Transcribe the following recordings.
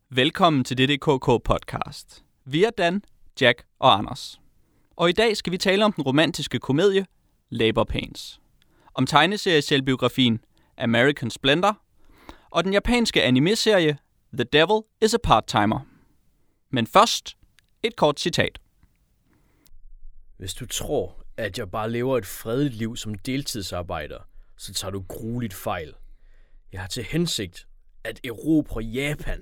Velkommen til dette KK-podcast. Vi er Dan, Jack og Anders. Og i dag skal vi tale om den romantiske komedie Labor Pains. Om tegneserie-selvbiografien American Splendor. Og den japanske anime-serie The Devil is a Part-Timer. Men først et kort citat. Hvis du tror, at jeg bare lever et fredeligt liv som deltidsarbejder, så tager du grueligt fejl. Jeg har til hensigt at erobre Japan.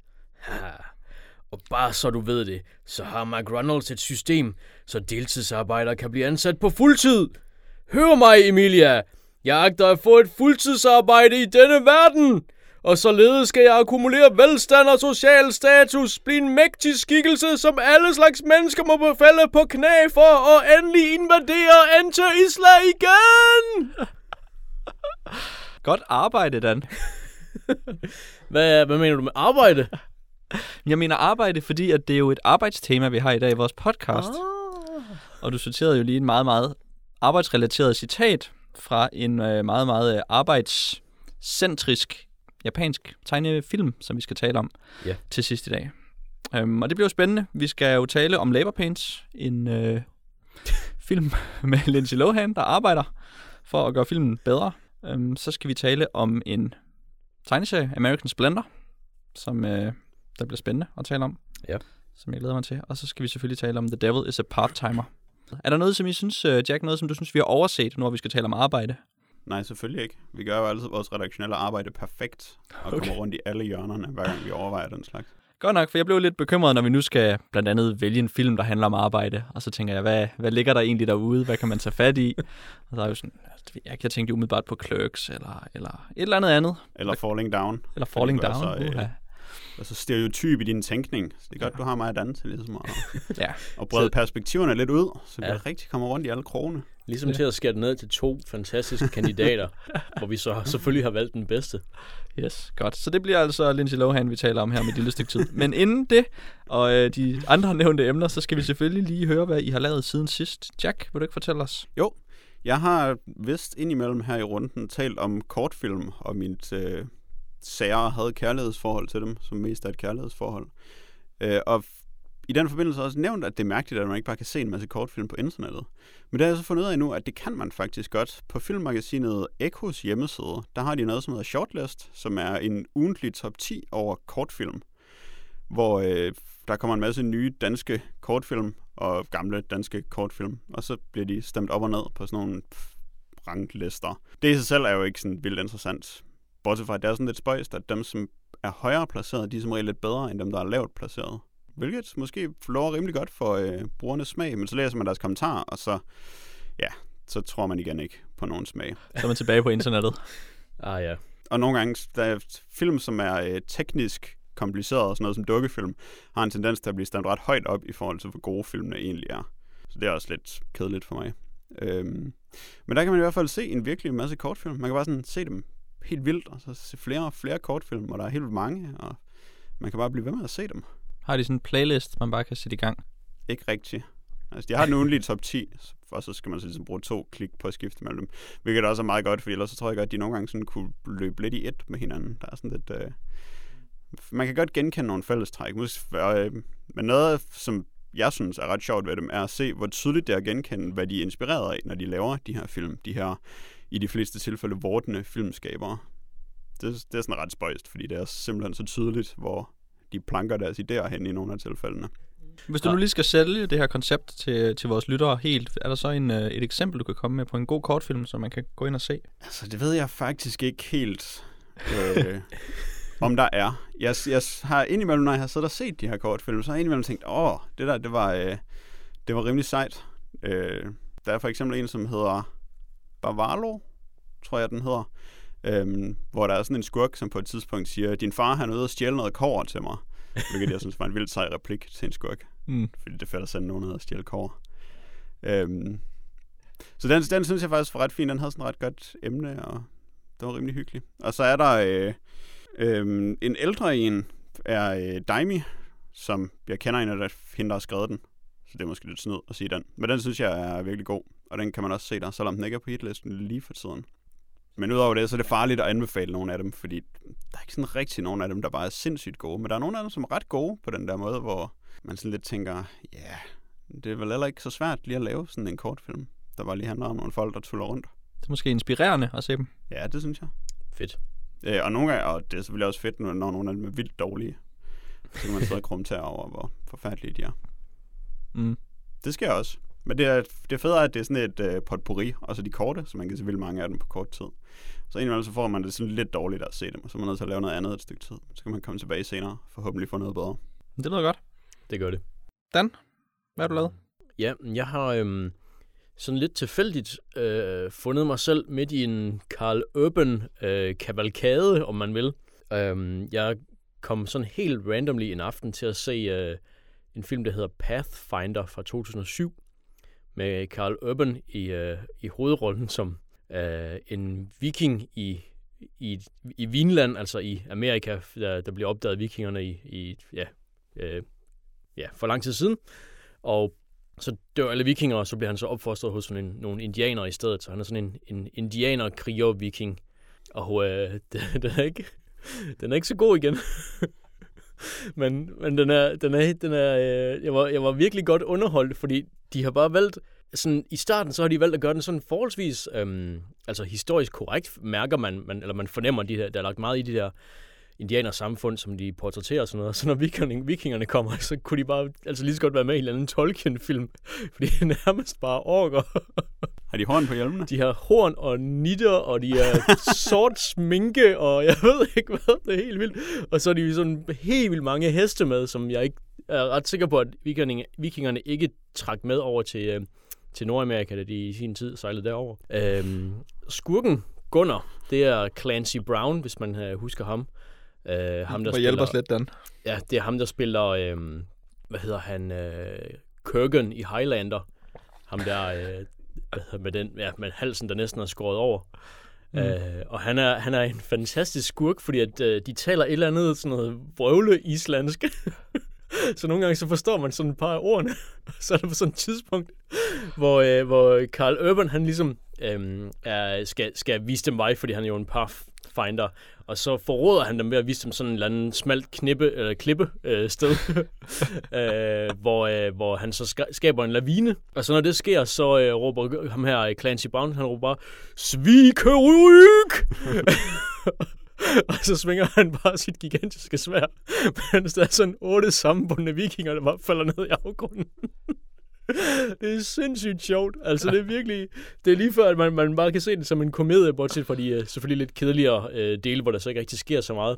Og bare så du ved det, så har McDonald's et system, så deltidsarbejdere kan blive ansat på fuldtid. Hør mig, Emilia. Jeg agter at få et fuldtidsarbejde i denne verden. Og således skal jeg akkumulere velstand og social status, blive en mægtig skikkelse, som alle slags mennesker må befalde på knæ for, og endelig invadere Anti-Isla igen! Godt arbejde, Dan. Hvad mener du med arbejde? Jeg mener arbejde, fordi at det er jo et arbejdstema, vi har i dag i vores podcast. Og du sorterede jo lige en meget, meget arbejdsrelateret citat fra en meget, meget arbejdscentrisk japansk tegnefilm, som vi skal tale om til sidst i dag. Og det bliver jo spændende. Vi skal jo tale om Labor Pains, en film med Lindsay Lohan, der arbejder for at gøre filmen bedre. Så skal vi tale om en tegneserie, American Splendor, som der bliver spændende at tale om, som jeg glæder mig til. Og så skal vi selvfølgelig tale om The Devil is a Part-Timer. Er der noget, som I synes, Jack, noget som du synes, vi har overset, når vi skal tale om arbejde? Nej, selvfølgelig ikke. Vi gør jo altid vores redaktionelle arbejde perfekt, og kommer rundt i alle hjørnerne, hver gang vi overvejer den slags. Godt nok, for jeg blev lidt bekymret, når vi nu skal blandt andet vælge en film, der handler om arbejde. Og så tænker jeg, hvad ligger der egentlig derude? Hvad kan man tage fat i? Og så er jo sådan, jeg kan tænke umiddelbart på Clerks, eller et eller andet. Eller Falling Down. Eller Falling Down. Altså stereotyp i din tænkning. Så det er godt, du har mig at danse til ligesom og brede perspektiverne lidt ud, så vi rigtig kommer rundt i alle krogene. Ligesom til at skære ned til 2 fantastiske kandidater, hvor vi så selvfølgelig har valgt den bedste. Yes, godt. Så det bliver altså Lindsay Lohan, vi taler om her med et lille stykke tid. Men inden det, og de andre nævnte emner, så skal vi selvfølgelig lige høre, hvad I har lavet siden sidst. Jack, vil du ikke fortælle os? Jo, jeg har vist indimellem her i runden talt om kortfilm, og mit sære havde kærlighedsforhold til dem, som mest er et kærlighedsforhold. Og i den forbindelse også nævnt, at det er mærkeligt, at man ikke bare kan se en masse kortfilm på internettet. Men det har jeg så fundet ud af nu, at det kan man faktisk godt. På filmmagasinet Echos hjemmeside, der har de noget, som hedder Shortlist, som er en ugentlig top 10 over kortfilm. Hvor der kommer en masse nye danske kortfilm og gamle danske kortfilm, og så bliver de stemt op og ned på sådan nogle ranglister. Det i sig selv er jo ikke sådan vildt interessant. Bortset fra, at det er sådan lidt spøjst, at dem, som er højere placeret, de er som regel lidt bedre, end dem, der er lavt placeret. Hvilket måske lover rimelig godt for brugernes smag, men så læser man deres kommentarer, og så tror man igen ikke på nogen smag. Så er man tilbage på internettet. Ja. Og nogle gange, der er film, som er teknisk kompliceret, og sådan noget som dukkefilm, har en tendens til at blive stemt ret højt op i forhold til, hvor gode filmene egentlig er. Så det er også lidt kedeligt for mig. Men der kan man i hvert fald se en virkelig masse kortfilm. Man kan bare sådan se dem helt vildt, og så se flere og flere kortfilm, og der er helt mange, og man kan bare blive ved med at se dem. Har de sådan en playlist, man bare kan sætte i gang? Ikke rigtigt. Altså, de har den ugenlige top 10, og så skal man så ligesom bruge 2 klik på at skifte mellem dem. Hvilket også er meget godt, for ellers så tror jeg godt, at de nogle gange sådan kunne løbe lidt i et med hinanden. Der er sådan lidt... man kan godt genkende nogle fællestræk. Men noget, som jeg synes er ret sjovt ved dem, er at se, hvor tydeligt det er at genkende, hvad de er inspireret af, når de laver de her film. De her, i de fleste tilfælde, vortende filmskabere. Det er sådan ret spøjst, fordi det er simpelthen så tydeligt, hvor de planker deres idéer hen i nogle af tilfældene. Hvis du nu lige skal sælge det her koncept til vores lyttere helt, er der så et eksempel, du kan komme med på en god kortfilm, som man kan gå ind og se? Altså, det ved jeg faktisk ikke helt, om der er. Jeg har indimellem, når jeg har siddet og set de her kortfilm, så har jeg indimellem tænkt, det der, det var rimelig sejt. Der er for eksempel en, som hedder Bavalo, tror jeg, den hedder. Hvor der er sådan en skurk, som på et tidspunkt siger, din far han er ude og stjæle noget kobber til mig. Hvilket jeg synes var en vildt sej replik til en skurk. Fordi det er fedt at sende nogen ud og stjæle kobber. Så den synes jeg faktisk var ret fin. Den havde sådan et ret godt emne, og det var rimelig hyggeligt. Og så er der en ældre en, er Daimi, som jeg kender en af hende, der har skrevet den. Så det er måske lidt snyd at sige den. Men den synes jeg er virkelig god, og den kan man også se der, selvom den ikke er på hitlisten lige for tiden. Men udover det, så er det farligt at anbefale nogle af dem, fordi der er ikke sådan rigtig nogen af dem, der bare er sindssygt gode. Men der er nogle af dem, som er ret gode på den der måde, hvor man sådan lidt tænker, ja, det er vel heller ikke så svært lige at lave sådan en kortfilm, der bare lige handler om nogle folk, der tuller rundt. Det er måske inspirerende at se dem. Ja, det synes jeg. Fedt. Og nogle gange, og det er selvfølgelig også fedt, når nogle af dem er vildt dårlige. Så kan man stadig kommentere over, hvor forfærdelige de er. Mm. Det sker også. Men det er federe, at det er sådan et potpourri, og så de korte, så man kan se vildt mange af dem på kort tid. Så indimellem så får man det sådan lidt dårligt at se dem, og så er man nødt til at lave noget andet et stykke tid. Så kan man komme tilbage senere, forhåbentlig få noget bedre. Det lyder godt. Det gør det. Dan, hvad har du lavet? Ja, jeg har sådan lidt tilfældigt fundet mig selv midt i en Karl Urban kavalkade, om man vil. Jeg kom sådan helt randomly en aften til at se en film, der hedder Pathfinder fra 2007, med Karl Urban i hovedrollen som en viking i Vinland, altså i Amerika, der bliver opdaget vikingerne for lang tid siden. Og så dør alle vikinger, og så bliver han så opfostret hos nogle indianere i stedet. Så han er sådan en indianer-kriger-viking. Og den er ikke så god igen. men jeg var virkelig godt underholdt, fordi de har bare valgt sådan, i starten så har de valgt at gøre den sådan forholdsvis altså historisk korrekt, mærker man fornemmer der er lagt meget i de der indianersamfund, som de portrætterer og sådan noget. Så når vikingerne kommer, så kunne de bare altså lige så godt være med i en eller anden Tolkien-film, fordi det er nærmest bare orker. Har de horn på hjelmene? De har horn og nitter, og de er sort sminke, og jeg ved ikke hvad, det er helt vildt. Og så er de sådan helt vildt mange heste med, som jeg ikke er ret sikker på, at vikingerne ikke trak med over til Nordamerika, da de i sin tid sejlede derover. Skurken Gunnar, det er Clancy Brown, hvis man husker ham. Ham der hjælper os lidt, Dan. Ja, det er ham, der spiller, hvad hedder han, Kurgan i Highlander. Ham der, med halsen, der næsten er skåret over. Og han er en fantastisk skurk, fordi at de taler et eller andet sådan noget vrøvle islandsk. Så nogle gange så forstår man sådan et par af ordene. Så er der på sådan et tidspunkt, hvor Karl Urban, han ligesom skal vise dem vej, fordi han er jo en pathfinder. Og så forråder han dem ved at vise dem sådan en eller anden smalt klippe sted, hvor han så skaber en lavine. Og så når det sker, så råber ham her Clancy Brown, han råber bare, Svikeryk! Og så svinger han bare sit gigantiske sværd, mens der er sådan 8 sammenbundne vikinger, der bare falder ned i afgrunden. Det er sindssygt sjovt. Altså, det er virkelig... Det er lige før, at man bare kan se det som en komedie, bortset fra de selvfølgelig lidt kedeligere dele, hvor der så ikke rigtig sker så meget.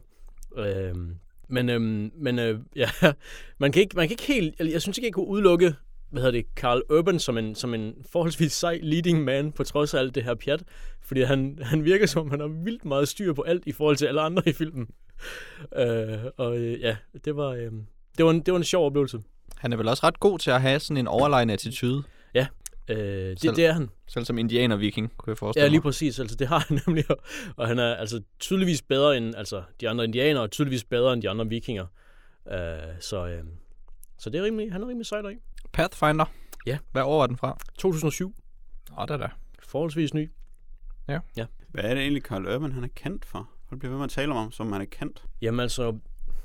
Ja, man kan ikke helt... Jeg synes ikke, jeg kunne udelukke Karl Urban som en forholdsvis sej leading man, på trods af alt det her pjat. Fordi han virker som, han har vildt meget styr på alt i forhold til alle andre i filmen. Det var en sjov oplevelse. Han er vel også ret god til at have sådan en overlegen attitude. Ja, det er han. Selv som indianer-viking, kunne jeg forestille mig. Ja, lige præcis. Altså, det har han nemlig. Og han er altså tydeligvis bedre end de andre indianere, og tydeligvis bedre end de andre vikinger. Så det er rimelig, han er rimelig sejt i. Pathfinder? Ja. Hvad år er den fra? 2007. Det er da. Forholdsvis ny. Ja. Hvad er det egentlig, Karl Urban han er kendt for? Hvad bliver ved med at tale om, som han er kendt? Jamen altså...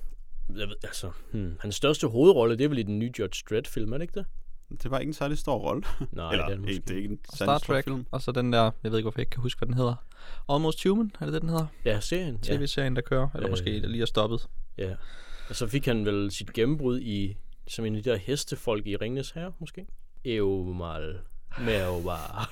hans største hovedrolle, det er vel i den nye Judge Dredd-film, er det ikke det? Det var ikke en særlig stor rolle. Nej, eller, det er ikke en Star Trek, film. Og så den der, jeg ved ikke, hvorfor jeg ikke kan huske, hvad den hedder. Almost Human, er det den hedder? Ja, serien. TV-serien, der kører. Eller måske der lige er stoppet. Ja. Og så fik han vel sit gennembrud som en af de der hestefolk i Ringenes Herre, måske? Eomal. Mervar.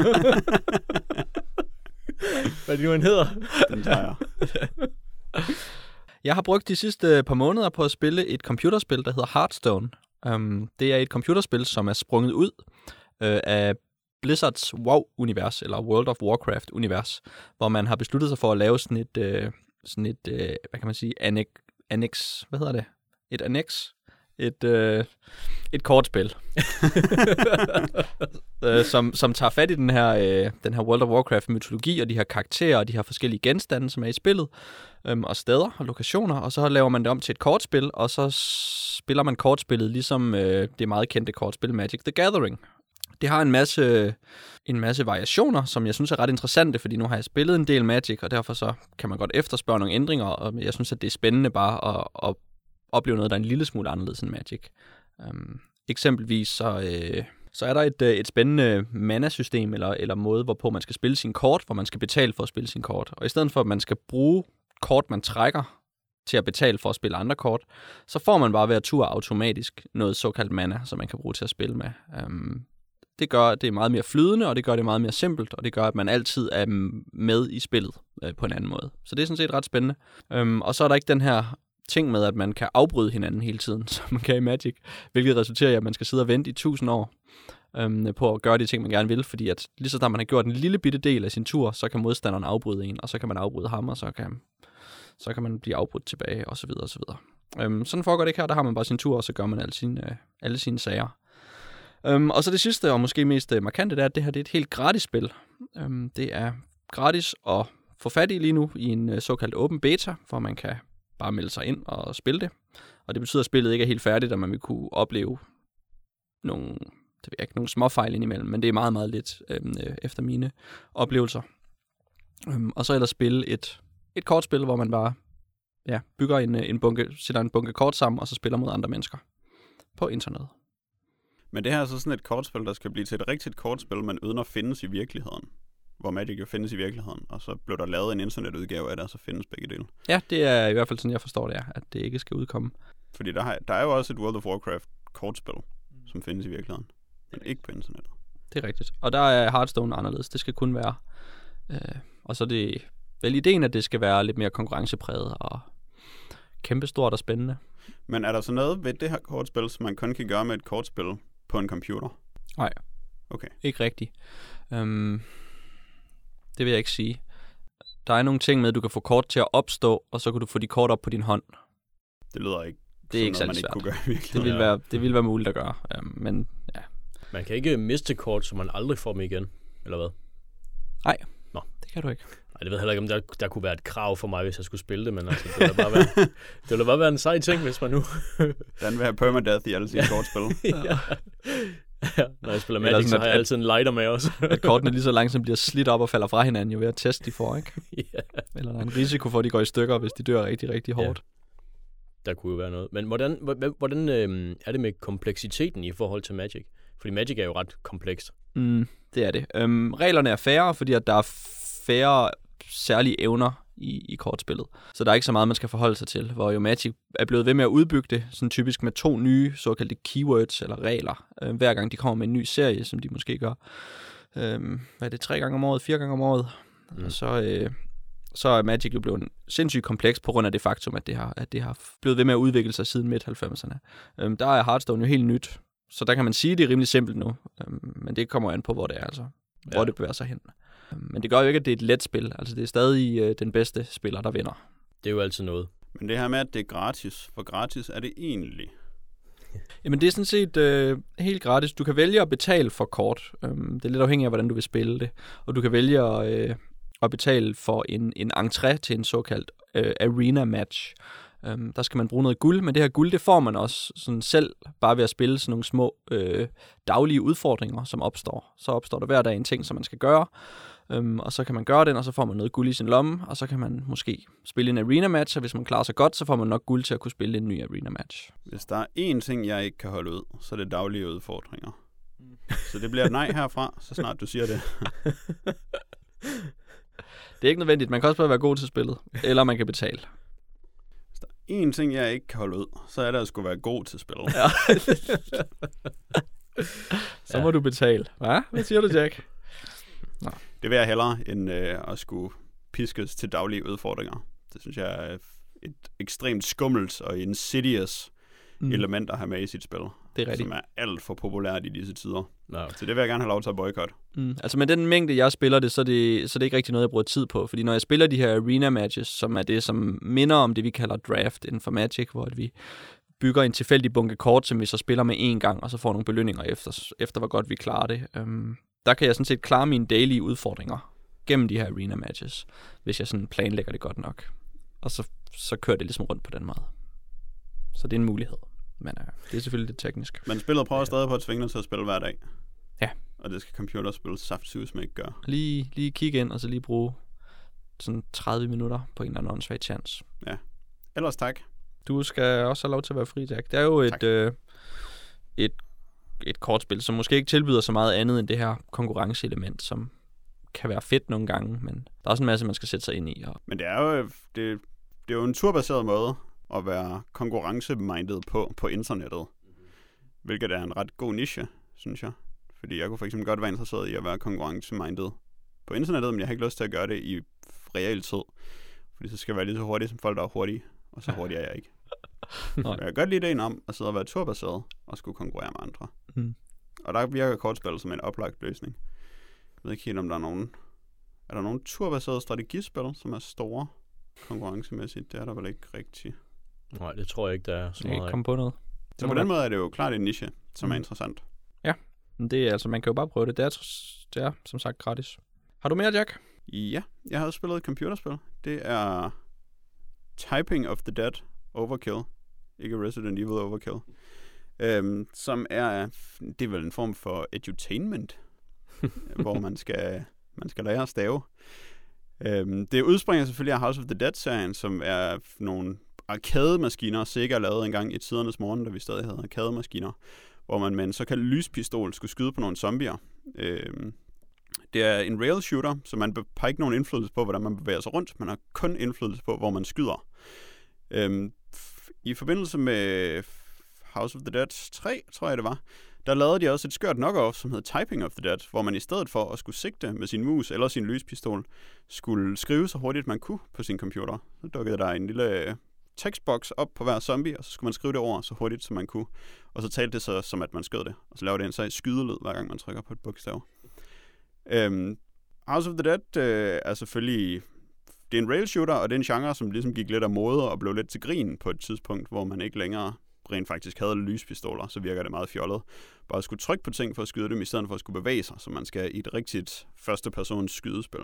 Hvad det nu han hedder? Den tager jeg. Jeg har brugt de sidste par måneder på at spille et computerspil, der hedder Hearthstone. Det er et computerspil, som er sprunget ud af Blizzards WoW-univers, eller World of Warcraft-univers, hvor man har besluttet sig for at lave sådan et hvad kan man sige, annex, hvad hedder det? Et annex? Et kortspil, som tager fat i den her World of Warcraft-mytologi, og de her karakterer, og de her forskellige genstande, som er i spillet, og steder og lokationer, og så laver man det om til et kortspil, og så spiller man kortspillet ligesom det meget kendte kortspil Magic the Gathering. Det har en masse variationer, som jeg synes er ret interessante, fordi nu har jeg spillet en del Magic, og derfor så kan man godt efterspørge nogle ændringer, og jeg synes, at det er spændende bare at opleve noget, der er en lille smule anderledes end Magic. Eksempelvis så er der et spændende mana-system, eller måde, hvorpå man skal spille sin kort, hvor man skal betale for at spille sin kort. Og i stedet for, at man skal bruge kort, man trækker til at betale for at spille andre kort, så får man bare hver tur automatisk noget såkaldt mana, som man kan bruge til at spille med. Det gør det meget mere flydende, og det gør det meget mere simpelt, og det gør, at man altid er med i spillet på en anden måde. Så det er sådan set ret spændende. Og så er der ikke den her ting med, at man kan afbryde hinanden hele tiden, som man kan i Magic, hvilket resulterer i, at man skal sidde og vente i 1000 år på at gøre de ting, man gerne vil, fordi at lige så snart man har gjort en lille bitte del af sin tur, så kan modstanderen afbryde en, og så kan man afbryde ham, og så kan man blive afbrudt tilbage, og så videre, og så videre. Sådan foregår det ikke her, der har man bare sin tur, og så gør man alle sine sager. Og så det sidste, og måske mest markante, det er, at det her det er et helt gratis spil. Det er gratis at få fat i lige nu i en såkaldt åben beta, hvor man kan bare melde sig ind og spille det. Og det betyder, at spillet ikke er helt færdigt, og man vil kunne opleve nogle småfejl indimellem, men det er meget, meget lidt efter mine oplevelser. Og så ellers spille et kortspil, hvor man bare bygger sætter en bunke kort sammen, og så spiller mod andre mennesker på internettet. Men det her er så sådan et kortspil, der skal blive til et rigtigt kortspil, man uden at findes i virkeligheden. Hvor Magic jo findes i virkeligheden, og så blev der lavet en internetudgave af det, og så findes begge dele. Ja, det er i hvert fald sådan, jeg forstår det, at det ikke skal udkomme. Fordi der er jo også et World of Warcraft kortspil, som findes i virkeligheden, men ikke på internettet. Det er rigtigt. Og der er Hearthstone anderledes. Det skal kun være... og så er det vel ideen, at det skal være lidt mere konkurrencepræget og kæmpestort og spændende. Men er der så noget ved det her kortspil, som man kun kan gøre med et kortspil på en computer? Nej. Okay. Ikke rigtigt. Det vil jeg ikke sige. Der er nogle ting med, at du kan få kort til at opstå, og så kan du få de kort op på din hånd. Det lyder ikke det er ikke noget, man ikke kunne gøre virkelig. Det vil være muligt at gøre, men ja. Man kan ikke miste kort, så man aldrig får dem igen, eller hvad? Nej, det kan du ikke. Nej, det ved jeg heller ikke, om der kunne være et krav for mig, hvis jeg skulle spille det, men altså, det ville bare være en sej ting, hvis man nu... Den vil have permadeath i alle sine kortspil. Ja. Ja, når jeg spiller Magic, så har jeg altid en lighter med også. At kortene lige så langsomt bliver slidt op og falder fra hinanden, jo ved at teste de får, ikke? Ja. Eller der er en risiko for, at de går i stykker, hvis de dør rigtig, rigtig hårdt. Der kunne jo være noget. Men hvordan er det med kompleksiteten i forhold til Magic? Fordi Magic er jo ret komplekst. Det er det. Reglerne er færre, fordi at der er færre særlige evner i kortspillet. Så der er ikke så meget, man skal forholde sig til, hvor jo Magic er blevet ved med at udbygge det, sådan typisk med 2 nye såkaldte keywords eller regler, hver gang de kommer med en ny serie, som de måske gør. Hvad er det, 3 gange om året, 4 gange om året? Og så er Magic jo blevet sindssygt kompleks på grund af det faktum, at det har blevet ved med at udvikle sig siden midt-90'erne. Der er Hearthstone jo helt nyt, så der kan man sige, at det er rimelig simpelt nu, men det kommer an på, hvor det er, altså. Hvor det bevæger sig hen. Men det gør jo ikke, at det er et let spil. Altså, det er stadig den bedste spiller, der vinder. Det er jo altid noget. Men det her med, at det er gratis. Hvor gratis er det egentlig? Jamen, det er sådan set helt gratis. Du kan vælge at betale for kort. Det er lidt afhængigt af, hvordan du vil spille det. Og du kan vælge at betale for en entré til en såkaldt arena match. Der skal man bruge noget guld, men det her guld, det får man også sådan selv, bare ved at spille sådan nogle små daglige udfordringer, som opstår. Så opstår der hver dag en ting, som man skal gøre, og så kan man gøre den, og så får man noget guld i sin lomme, og så kan man måske spille en arena match, og hvis man klarer sig godt, så får man nok guld til at kunne spille en ny arena match. Hvis der er én ting, jeg ikke kan holde ud, så er det daglige udfordringer. Så det bliver et nej herfra, så snart du siger det. Det er ikke nødvendigt. Man kan også bare være god til spillet, eller man kan betale. Hvis der er én ting, jeg ikke kan holde ud, så er det at skulle være god til spillet. Ja. Så må du betale. Hvad siger du, Jack? Nå. Det vil jeg hellere, end at skulle piskes til daglige udfordringer. Det synes jeg er et ekstremt skummelt og insidious element at have med i sit spil. Det er rigtigt. Som er alt for populært i disse tider. No. Så det vil jeg gerne have lov til at boykotte. Altså med den mængde, jeg spiller det, så er det ikke rigtig noget, jeg bruger tid på. Fordi når jeg spiller de her arena matches, som er det, som minder om det, vi kalder draft inden for Magic, hvor vi bygger en tilfældig bunke kort, som vi så spiller med én gang, og så får nogle belønninger efter hvor godt vi klarer det. Der kan jeg sådan set klare mine daily udfordringer gennem de her arena matches, hvis jeg sådan planlægger det godt nok. Og så kører det ligesom rundt på den måde. Så det er en mulighed. Men det er selvfølgelig lidt teknisk. Men spillet prøver stadig på at tvinge dig til at spille hver dag. Ja. og det skal computerspil saftsusme ikke gøre. Lige kigge ind, og så lige bruge sådan 30 minutter på en eller anden åndssvag chance. Ja. Ellers tak. Du skal også have lov til at være fri, Jack. Det er jo et kortspil, som måske ikke tilbyder så meget andet end det her konkurrenceelement, som kan være fedt nogle gange, men der er også en masse, man skal sætte sig ind i. Men det er jo, det er jo en turbaseret måde at være konkurrencemindet på internettet. Hvilket er en ret god niche, synes jeg. Fordi jeg kunne for eksempel godt være interesseret i at være konkurrencemindet på internettet, men jeg har ikke lyst til at gøre det i realtid. Fordi så skal jeg være lige så hurtig som folk, der er hurtige, og så hurtig er jeg ikke. Jeg kan godt lide ideen om at sidde og være turbaseret og skulle konkurrere med andre. Og der virker kortspil som en oplagt løsning. Jeg ved ikke helt, om der er nogen... Er der nogen turbaserede strategispil, som er store konkurrencemæssigt? Det er der vel ikke rigtigt. Nej, det tror jeg ikke, der er så Jeg meget kan ikke komme på noget. Så på den måde er det jo klart en niche, som er interessant. Ja, men det er altså, man kan jo bare prøve det. Det er som sagt gratis. Har du mere, Jack? Ja, jeg har spillet et computerspil. Det er Typing of the Dead Overkill. Ikke Resident Evil Overkill. Som er, det er vel en form for edutainment, hvor man skal lære at stave. Det udspringer selvfølgelig af House of the Dead-serien, som er nogle arcade-maskiner, Sega lavede engang i tidernes morgen, da vi stadig havde arcade-maskiner, hvor man med en såkaldt lyspistol skulle skyde på nogle zombier. Det er en rail shooter, så man har ikke nogen indflydelse på, hvordan man bevæger sig rundt. Man har kun indflydelse på, hvor man skyder. I forbindelse med House of the Dead 3, tror jeg det var, der lavede de også et skørt knock-off, som hed Typing of the Dead, hvor man i stedet for at skulle sigte med sin mus eller sin lyspistol, skulle skrive så hurtigt man kunne på sin computer. Så dukkede der en lille tekstboks op på hver zombie, og så skulle man skrive det over så hurtigt som man kunne. Og så talte det så som at man skød det. Og så lavede det en så skydelyd, hver gang man trykker på et bogstav. House of the Dead er selvfølgelig... Det er en rail shooter, og det er en genre, som ligesom gik lidt af mode og blev lidt til grin på et tidspunkt, hvor man ikke længere rent faktisk havde lyspistoler, så virker det meget fjollet. Bare at skulle trykke på ting for at skyde dem, i stedet for at skulle bevæge sig, så man skal i et rigtigt førstepersons skydespil.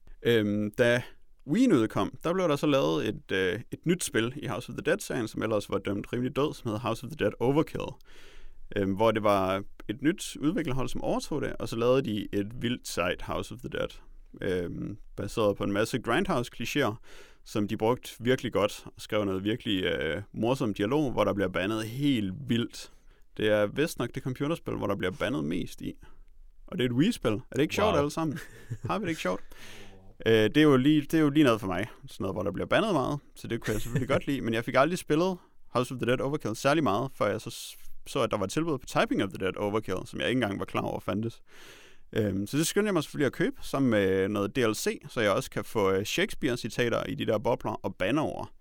Da Wii udkom, der blev der så lavet et nyt spil i House of the Dead-serien, som ellers var dømt rimelig død, som hed House of the Dead Overkill. Hvor det var et nyt udviklerhold, som overtog det, og så lavede de et vildt sejt House of the Dead. Baseret på en masse Grindhouse-klichéer, som de brugte virkelig godt, og skrev noget virkelig morsom dialog, hvor der bliver bandet helt vildt. Det er vist nok det computerspil, hvor der bliver bandet mest i. Og det er et Wii-spil. Er det ikke sjovt alle sammen? Har vi det ikke sjovt? Det er jo lige noget for mig. Sådan noget, hvor der bliver bandet meget, så det kunne jeg selvfølgelig godt lide. Men jeg fik aldrig spillet House of the Dead Overkill særlig meget, før jeg så at der var tilbud på Typing of the Dead Overkill, som jeg ikke engang var klar over fandtes. Så det skyndte jeg mig selvfølgelig at købe, sammen med noget DLC, så jeg også kan få Shakespeare-citater i de der bobler og bande over.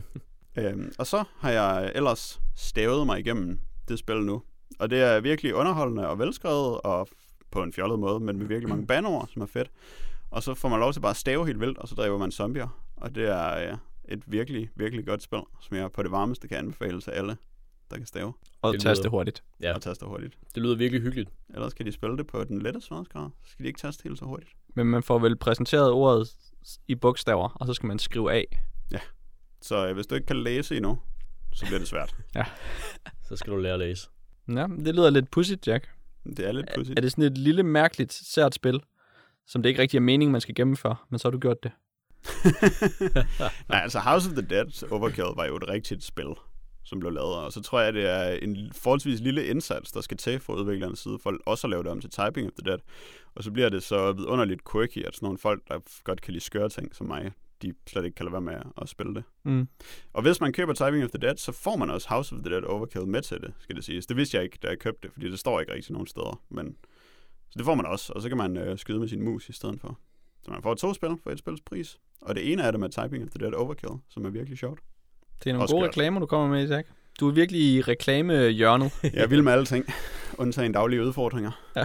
Og så har jeg ellers stavet mig igennem det spil nu. Og det er virkelig underholdende og velskrevet, og på en fjollet måde, men med virkelig mange bandeord, som er fedt. Og så får man lov til bare at stave helt vildt, og så driver man zombier. Og det er et virkelig, virkelig godt spil, som jeg på det varmeste kan anbefale til alle, der kan stave. Og taste hurtigt. Ja. Og taste hurtigt. Det lyder virkelig hyggeligt. Ellers kan de spille det på den lette sværhedsgrad. Så skal de ikke taste helt så hurtigt. Men man får vel præsenteret ordet i bogstaver, og så skal man skrive af. Ja. Så hvis du ikke kan læse endnu, så bliver det svært. Ja. Så skal du lære at læse. Ja, det lyder lidt pudsigt, Jack. Det er lidt pudsigt. Er det sådan et lille, mærkeligt, sært spil, som det ikke rigtig er meningen, man skal gennemføre, men så har du gjort det? Nej, altså House of the Dead Overkill var jo et rigtigt spil, som blev lavet. Og så tror jeg, det er en forholdsvis lille indsats, der skal til fra udviklernes side, for også at lave det om til Typing of the Dead. Og så bliver det så vidunderligt quirky, at sådan nogle folk, der godt kan lide skøre ting som mig, de slet ikke kan lade være med at spille det. Og hvis man køber Typing of the Dead, så får man også House of the Dead Overkill med til det, skal det siges. Det vidste jeg ikke, da jeg købte det, fordi det står ikke rigtig nogen steder. Men så det får man også, og så kan man skyde med sin mus i stedet for. Så man får 2 spil for et spils pris. Og det ene af dem er Typing of the Dead Overkill, som er virkelig sjovt. Det er nogle gode reklamer, du kommer med, Jack. Du er virkelig i reklamehjørnet. Jeg vil med alle ting, undtagen daglige udfordringer. Ja.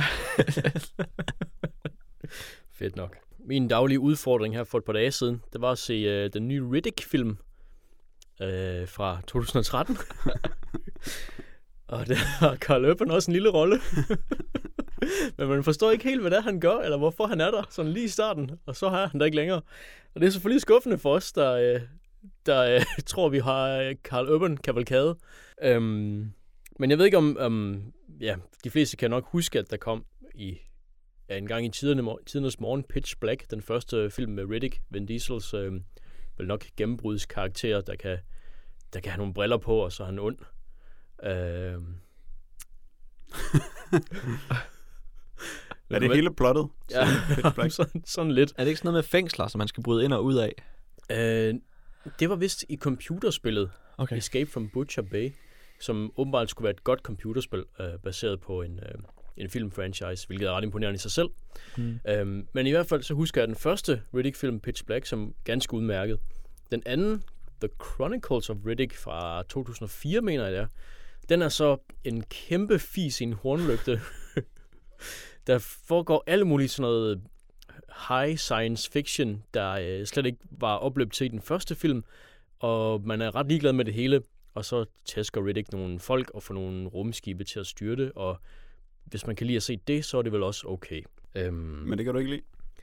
Fedt nok. Min daglige udfordring her for et par dage siden, det var at se den nye Riddick-film fra 2013. Og der har Carl Urban også en lille rolle. Men man forstår ikke helt, hvad det er, han gør, eller hvorfor han er der, sådan lige i starten. Og så er han der ikke længere. Og det er selvfølgelig skuffende for os, der tror, vi har Carl Urban kavalkade. Men jeg ved ikke om de fleste kan nok huske, at der kom i en gang i tidernes morgen, Pitch Black, den første film med Riddick, Vin Diesels vel nok gennembrudskarakter, der kan have nogle briller på, og så er han ond. Er det hele plottet? Ja, sådan lidt. Er det ikke sådan noget med fængsler, som man skal bryde ind og ud af? Det var vist i computerspillet Escape from Butcher Bay, som åbenbart skulle være et godt computerspil, baseret på en filmfranchise, hvilket er ret imponerende i sig selv. Men i hvert fald så husker jeg den første Riddick-film, Pitch Black, som ganske udmærket. Den anden, The Chronicles of Riddick fra 2004, mener jeg det er, den er så en kæmpe fis i en hornlygte. Der foregår alle mulige sådan noget high science fiction, der slet ikke var opløbet til i den første film, og man er ret ligeglad med det hele, og så tæsker Riddick nogle folk og får nogle rumskibe til at styrte, og hvis man kan lide at se det, så er det vel også okay. Men det kan du ikke lide?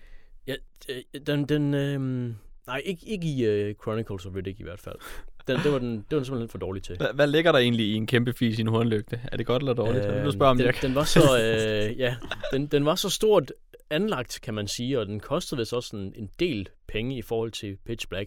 Ja, nej, ikke i Chronicles of Riddick i hvert fald. Det var den simpelthen for dårlig til. Hvad ligger der egentlig i en kæmpe fis i en hornlygte? Er det godt eller dårligt? Du spørger om det. Den var så den var så stort anlagt, kan man sige, og den kostede vist også en del penge i forhold til Pitch Black.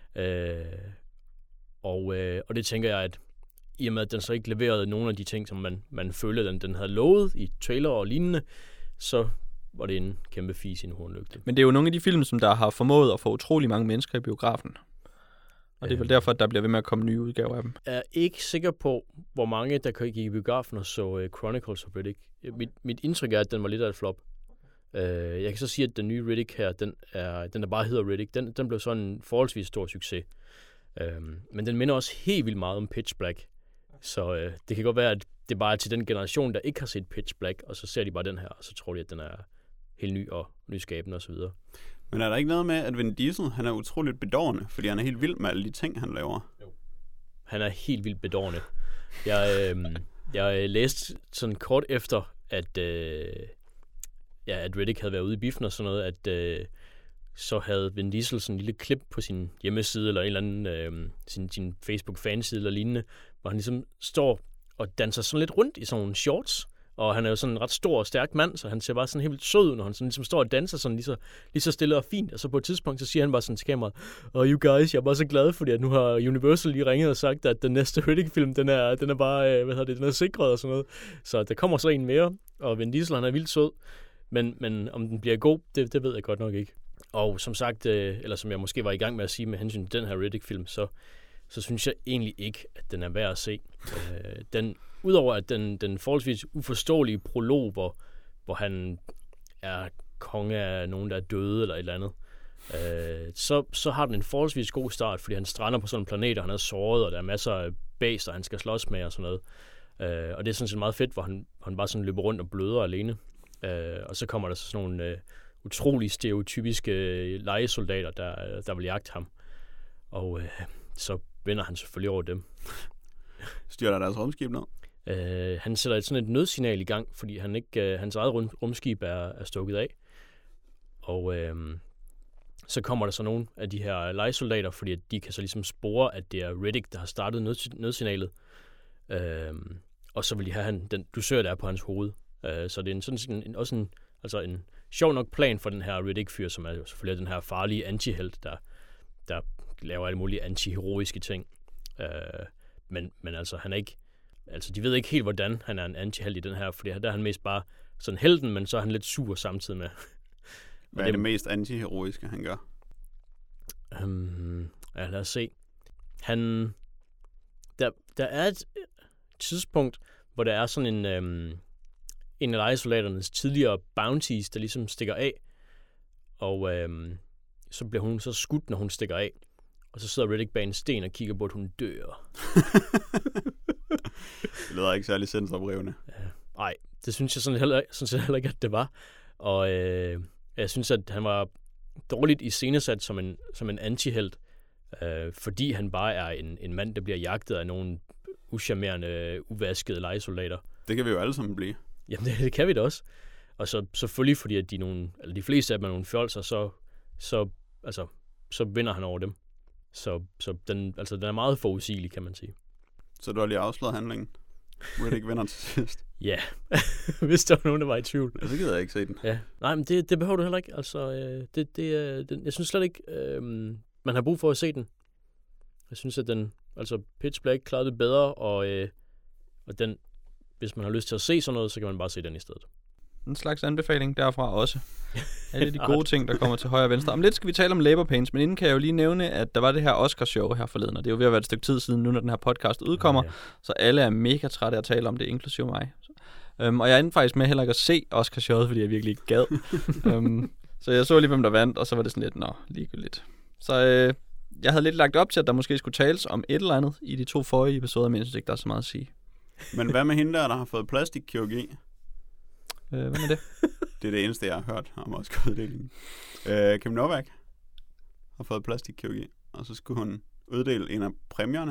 Og det tænker jeg, at i og med, at den så ikke leverede nogle af de ting, som man følte, den havde lovet i trailer og lignende, så var det en kæmpe fis i en hornlygte. Men det er jo nogle af de film, som der har formået at få utrolig mange mennesker i biografen. Og det er vel derfor, at der bliver ved med at komme nye udgaver af dem. Jeg er ikke sikker på, hvor mange, der gik i biografen og så Chronicles of Riddick. Mit indtryk er, at den var lidt af et flop. Jeg kan så sige, at den nye Riddick her, den der bare hedder Riddick, den blev sådan en forholdsvis stor succes. Men den minder også helt vildt meget om Pitch Black. Så det kan godt være, at det bare er til den generation, der ikke har set Pitch Black, og så ser de bare den her, og så tror de, at den er helt ny og nyskabende osv. Men er der ikke noget med, at Vin Diesel, han er utroligt bedårende, fordi han er helt vild med alle de ting, han laver? Jo. Han er helt vildt bedårende. Jeg læste sådan kort efter, at Riddick havde været ude i biffen og sådan noget, at så havde Vin Diesel sådan en lille klip på sin hjemmeside, eller en eller anden sin Facebook-fanside eller lignende, hvor han ligesom står og danser sådan lidt rundt i sådan nogle shorts, og han er jo sådan en ret stor og stærk mand, så han ser bare sådan helt vildt sød ud, når han sådan ligesom står og danser sådan lige så stille og fint, og så på et tidspunkt, så siger han bare sådan til kameraet, you guys, jeg er bare så glad, fordi at nu har Universal lige ringet og sagt, at den næste Riddick-film, den er bare, den er sikret og sådan noget. Så der kommer så en mere, og Vin Diesel, han er vildt sød, men om den bliver god, det ved jeg godt nok ikke. Og som sagt, eller som jeg måske var i gang med at sige med hensyn til den her Riddick-film, så synes jeg egentlig ikke, at den er værd at se. Udover at den forholdsvis uforståelige prolog, hvor han er konge af nogen, der er døde eller et eller andet, så har den en forholdsvis god start, fordi han strander på sådan en planet, og han er såret, og der er masser af bæster, han skal slås med og sådan noget. Og det er sådan set meget fedt, hvor han bare sådan løber rundt og bløder alene. Og så kommer der sådan nogle utrolig stereotypiske lejesoldater, der vil jagte ham. Og så vinder han selvfølgelig over dem. Styrter deres rumskib ned? Han sætter sådan et nødsignal i gang, fordi hans eget rumskib er stukket af. Og så kommer der så nogle af de her lejesoldater, fordi at de kan så ligesom spore, at det er Riddick, der har startet nødsignalet. Og så vil de have den dusør, der er på hans hoved. Så det er også en sjov nok plan for den her Riddick-fyr, som er jo selvfølgelig den her farlige antihelt, der laver alle mulige antiheroiske ting. Men altså, han er ikke... Altså, de ved ikke helt, hvordan han er en antihelt i den her, fordi der er han mest bare sådan helten, men så er han lidt sur samtidig med. Hvad er det mest antiheroiske, han gør? Ja, lad os se. Der er et tidspunkt, hvor der er sådan en af lejesoldaternes tidligere bounties, der ligesom stikker af, og så bliver hun så skudt, når hun stikker af. Og så sidder Riddick bag en sten og kigger på, at hun dør. Det lyder ikke særlig sindsoprivende. Nej, det synes jeg sådan heller ikke, at det var. Og jeg synes, at han var dårligt iscenesat som en antihelt, fordi han bare er en mand, der bliver jagtet af nogle uschammerende, uvaskede lejesoldater. Det kan vi jo alle sammen blive. Jamen, det kan vi da også. Og så selvfølgelig, fordi at de fleste af dem er nogle fjolser, så vinder han over dem. Så den er meget forudsigelig, kan man sige. Så du har lige afsløret handlingen? Riddick vinder til sidst. Ja, hvis der var nogen, der var i tvivl. Så gider jeg ikke se den. Ja. Nej, men det behøver du heller ikke. Altså, jeg synes slet ikke, man har brug for at se den. Jeg synes, at Pitch Black klarede det bedre, og den, hvis man har lyst til at se sådan noget, så kan man bare se den i stedet. En slags anbefaling derfra også. Alle de gode ting, der kommer til højre og venstre. Om lidt skal vi tale om Labor Pains, men inden kan jeg jo lige nævne, at der var det her Oscar-show her forleden, og det er jo ved at være et stykke tid siden nu, når den her podcast udkommer, så alle er mega trætte af at tale om det, inklusive mig. Og jeg endte faktisk med heller ikke at se Oscar-showet, fordi jeg virkelig ikke gad. Så jeg så lige, hvem der vandt, og så var det sådan lidt, ligegyldigt. Så jeg havde lidt lagt op til, at der måske skulle tales om et eller andet i de 2 forrige episoder, men jeg synes ikke, der er så meget at sige. Men hvad med hende der har fået plastikkirurgi? Hvad med det? Det er det eneste, jeg har hørt om Oscar-uddelingen. Kim Novak har fået plastikkirurgi, og så skulle hun uddele en af præmierne,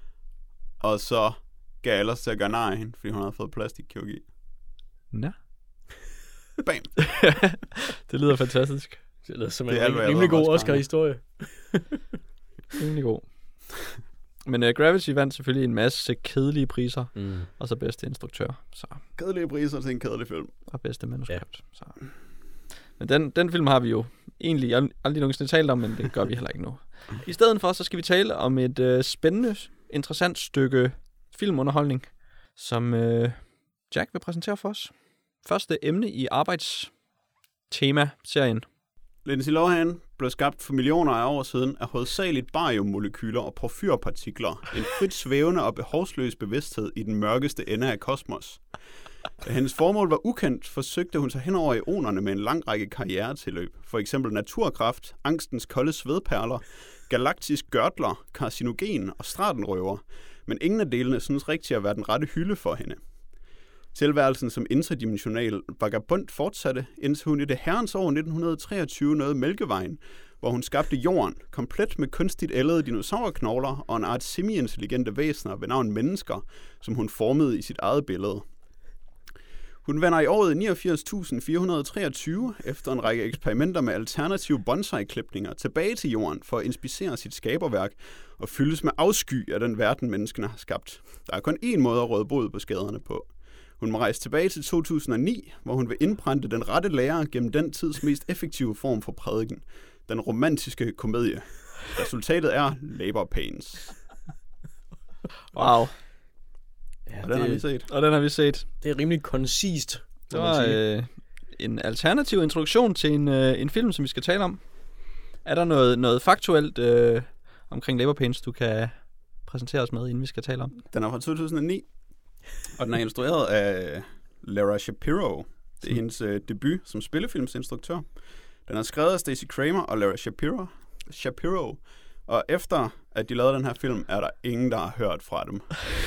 og så gav ellers til at gøre nar af hende, fordi hun havde fået plastikkirurgi. Nå. Bam! Det lyder fantastisk. Det lyder som en rimelig god Oscar-historie. Rimelig god. Men Gravity vandt selvfølgelig en masse kedelige priser, og så bedste instruktør. Så. Kedelige priser til en kedelig film. Og bedste manuskript. Ja. Så. Men den film har vi jo egentlig aldrig nogensinde talt om, men det gør vi heller ikke nu. I stedet for, så skal vi tale om et spændende, interessant stykke filmunderholdning, som Jack vil præsentere for os. Første emne i arbejdstema-serien. Lindsay Lohan blev skabt for millioner af år siden af hovedsageligt bariummolekyler og porfyrpartikler, en frit svævende og behovsløs bevidsthed i den mørkeste ende af kosmos. Da hendes formål var ukendt, forsøgte hun sig hen over ionerne med en lang række karrieretilløb. For eksempel naturkraft, angstens kolde svedperler, galaktisk gørtler, karcinogen og stratenrøver. Men ingen af delene synes rigtig at være den rette hylde for hende. Tilværelsen som interdimensional vagabond fortsatte, indtil hun i det herrens år 1923 nåede Mælkevejen, hvor hun skabte jorden, komplet med kunstigt ældede dinosaurknogler og en art semi-intelligente væsener ved navn mennesker, som hun formede i sit eget billede. Hun vender i året 89.423 efter en række eksperimenter med alternative bonsai-klipninger tilbage til jorden for at inspicere sit skaberværk og fyldes med afsky af den verden, menneskene har skabt. Der er kun én måde at råde bod på skaderne på. Hun må rejse tilbage til 2009, hvor hun vil indprænte den rette lære gennem den tids mest effektive form for prædiken, den romantiske komedie. Resultatet er Labor Pains. Wow. Ja, og den har vi set. Det er rimelig koncist. Det var en alternativ introduktion til en film, som vi skal tale om. Er der noget faktuelt omkring Labor Pains, du kan præsentere os med, inden vi skal tale om? Den er fra 2009, og den er instrueret af Lara Shapiro. Det er hendes debut som spillefilmsinstruktør. Den er skrevet af Stacey Kramer og Lara Shapiro. Og efter at de lavede den her film, er der ingen, der har hørt fra dem.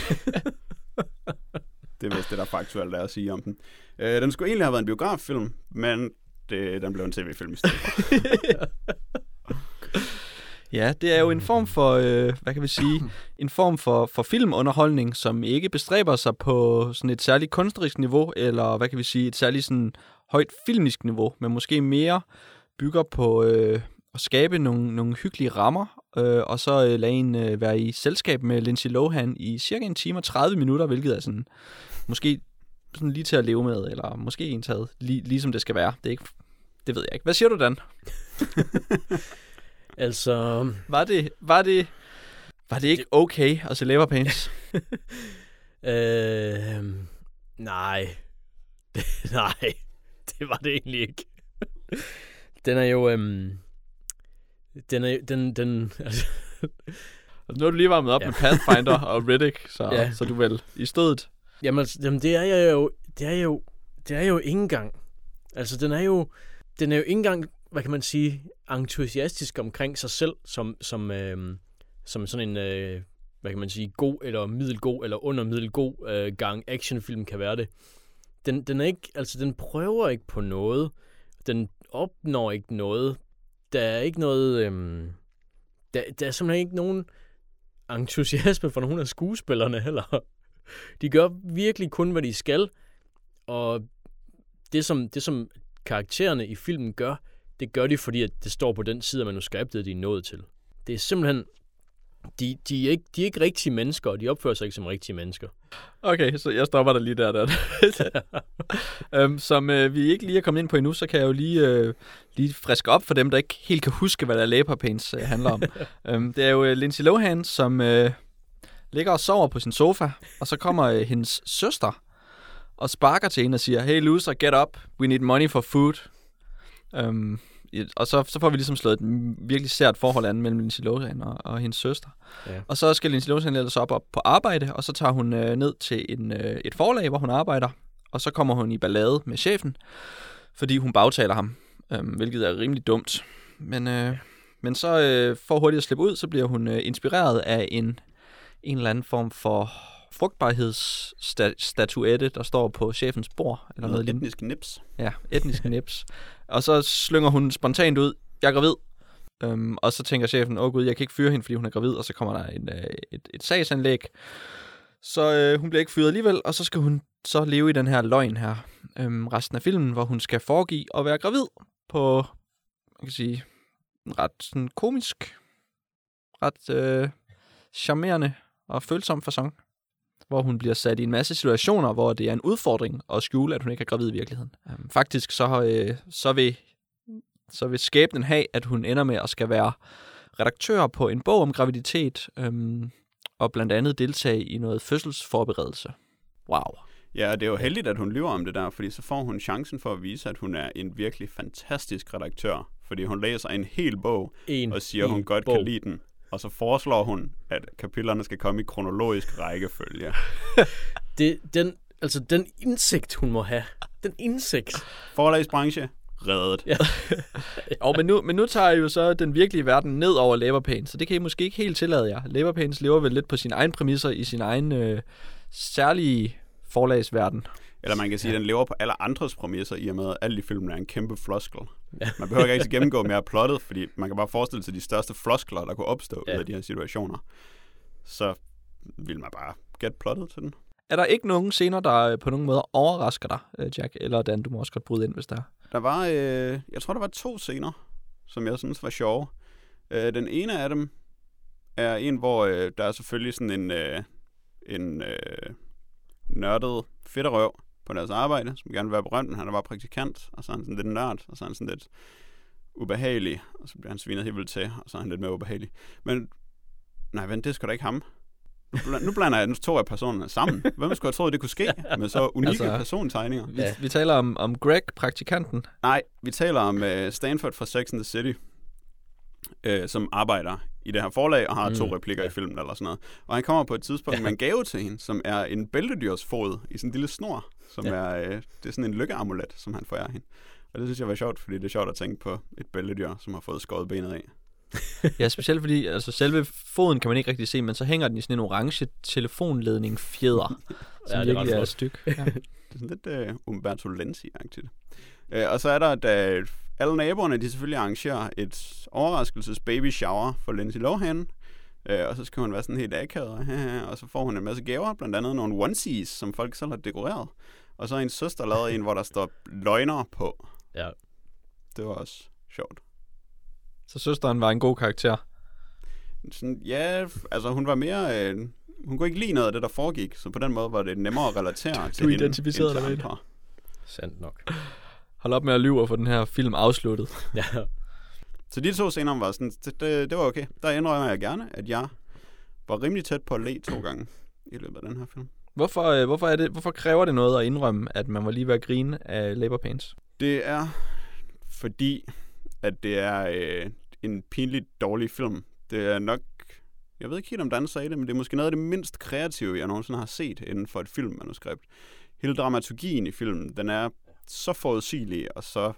Det er vist det, der faktuelt er at sige om den. Den skulle egentlig have været en biograffilm, men den blev en tv-film i stedet. Ja, det er jo en form for, hvad kan vi sige, en form for filmunderholdning, som ikke bestræber sig på sådan et særligt kunstnerisk niveau, eller hvad kan vi sige, et særligt sådan højt filmisk niveau, men måske mere bygger på at skabe nogle hyggelige rammer, og så lade en være i selskab med Lindsay Lohan i cirka 1 time og 30 minutter, hvilket er sådan, måske sådan lige til at leve med, eller måske indtaget, ligesom det skal være. Det ved jeg ikke. Hvad siger du, Dan? Altså... Var det ikke okay at se Labor Pains? Nej. Nej, det var det egentlig ikke. Den er jo... Den altså... Nu har du lige varmet op med Pathfinder og Riddick, så du vel i stedet. Jamen det er jo ikke engang. Altså den er jo ikke engang, hvad kan man sige, entusiastisk omkring sig selv som sådan en hvad kan man sige, god eller middelgod eller under middelgod gang actionfilm kan være det. Den er ikke, altså den prøver ikke på noget. Den opnår ikke noget. Der er ikke noget der er simpelthen ikke nogen entusiasme for nogen af skuespillerne heller. De gør virkelig kun, hvad de skal, og det som karaktererne i filmen gør, det gør de, fordi at det står på den side af manuskriptet, de er nået til. Det er simpelthen De er ikke rigtige mennesker, og de opfører sig ikke som rigtige mennesker. Okay, så jeg stopper dig lige der. Som vi ikke lige er kommet ind på endnu, så kan jeg jo lige friske op for dem, der ikke helt kan huske, hvad der Labor Pains handler om. Det er jo Lindsay Lohan, som ligger og sover på sin sofa, og så kommer hendes søster og sparker til hende og siger, hey loser, get up, we need money for food. Og så får vi ligesom slået et virkelig sært forhold an mellem Lindsay Lohan og hendes søster. Ja. Og så skal Lindsay Lohan ellers op på arbejde, og så tager hun ned til et forlag, hvor hun arbejder. Og så kommer hun i ballade med chefen, fordi hun bagtaler ham, hvilket er rimelig dumt. Men så for hurtigt at slippe ud, så bliver hun inspireret af en eller anden form for frugtbarhedsstatuette, der står på chefens bord. Eller noget etnisk nips. Ja, etnisk nips. Og så slynger hun spontant ud, jeg er gravid. Og så tænker chefen, gud, jeg kan ikke fyre hende, fordi hun er gravid. Og så kommer der et sagsanlæg. Så hun bliver ikke fyret alligevel, og så skal hun så leve i den her løgn her. Resten af filmen, hvor hun skal foregive at være gravid på, man kan sige, en ret sådan komisk, ret charmerende og følsom facon, hvor hun bliver sat i en masse situationer, hvor det er en udfordring at skjule, at hun ikke er gravid i virkeligheden. Faktisk så vil skæbnen have, at hun ender med at skal være redaktør på en bog om graviditet, og blandt andet deltage i noget fødselsforberedelse. Wow. Ja, det er jo heldigt, at hun lyver om det der, fordi så får hun chancen for at vise, at hun er en virkelig fantastisk redaktør, fordi hun læser en hel bog og siger, at hun godt kan lide den. Og så foreslår hun, at kapitlerne skal komme i kronologisk rækkefølge. Den indsigt, hun må have. Den indsigt. Forlagsbranche. Reddet. Ja. Men nu tager jeg jo så den virkelige verden ned over Labor Pains, så det kan I måske ikke helt tillade jer. Labor Pains lever vel lidt på sine egne præmisser i sin egen særlige forlagsverden. Eller man kan sige, at den lever på alle andres præmisser, i og med at alle de filmene er en kæmpe floskel. Man behøver ikke rigtig gennemgå mere plottet, fordi man kan bare forestille sig de største floskler, der kunne opstå ud af de her situationer. Så vil man bare gætte plottet til den. Er der ikke nogen scener, der på nogen måde overrasker dig, Jack? Eller Dan, du må også godt bryde ind, hvis der er. Der var, jeg tror, der var 2 scener, som jeg synes var sjove. Den ene af dem er en, hvor der er selvfølgelig sådan en nørdet fedterøv på deres arbejde, som gerne vil være berømt, men han er bare praktikant, og så er han sådan lidt nørd, og så er han sådan lidt ubehagelig, og så bliver han svinet helt vildt til, og så er han lidt mere ubehagelig. Men, nej, vent, det er sgu da ikke ham. Nu blander jeg 2 af personerne sammen. Hvem skulle have troet, det kunne ske med så unikke persontegninger? Vi taler om Greg, praktikanten. Nej, vi taler om Stanford fra Sex and the City, som arbejder i det her forlag og har 2 replikker i filmen eller sådan noget. Og han kommer på et tidspunkt med en gave til hende, som er en bæltedyrsfod i sådan en lille snor, som det er sådan en lykkeamulet, som han forærer hende. Og det synes jeg var sjovt, fordi det er sjovt at tænke på et bæltedyr, som har fået skåret benet af. Ja, specielt fordi altså selve foden kan man ikke rigtig se, men så hænger den i sådan en orange telefonledning fjeder, som virkelig er et stykke. Ja. Det er sådan lidt Umberto Lenzi-agtigt. Og så er der, da alle naboerne, de selvfølgelig arrangerer et overraskelses baby shower for Lindsay Lohan, og så skal hun være sådan helt akavet, og så får hun en masse gaver, blandt andet nogle onesies, som folk selv har dekoreret. Og så er en søster lavet en, hvor der står løgner på. Ja. Det var også sjovt. Så søsteren var en god karakter? Sådan, ja, altså hun var mere... hun kunne ikke lide noget af det, der foregik, så på den måde var det nemmere at relatere til hende. Du identificerede dig med det. Sandt nok. Hold op med at lyve og få den her film afsluttet. Ja. Så de 2 scener var sådan, det var okay. Der indrømmer jeg gerne, at jeg var rimelig tæt på at le 2 gange i løbet af den her film. Hvorfor kræver det noget at indrømme, at man var lige ved at grine af Labor Pains? Det er fordi, at det er en pinligt dårlig film. Det er nok, jeg ved ikke helt, om Dan sagde det, men det er måske noget af det mindst kreative, jeg nogensinde har set inden for et filmmanuskript. Hele dramaturgien i filmen, den er så forudsigelig og så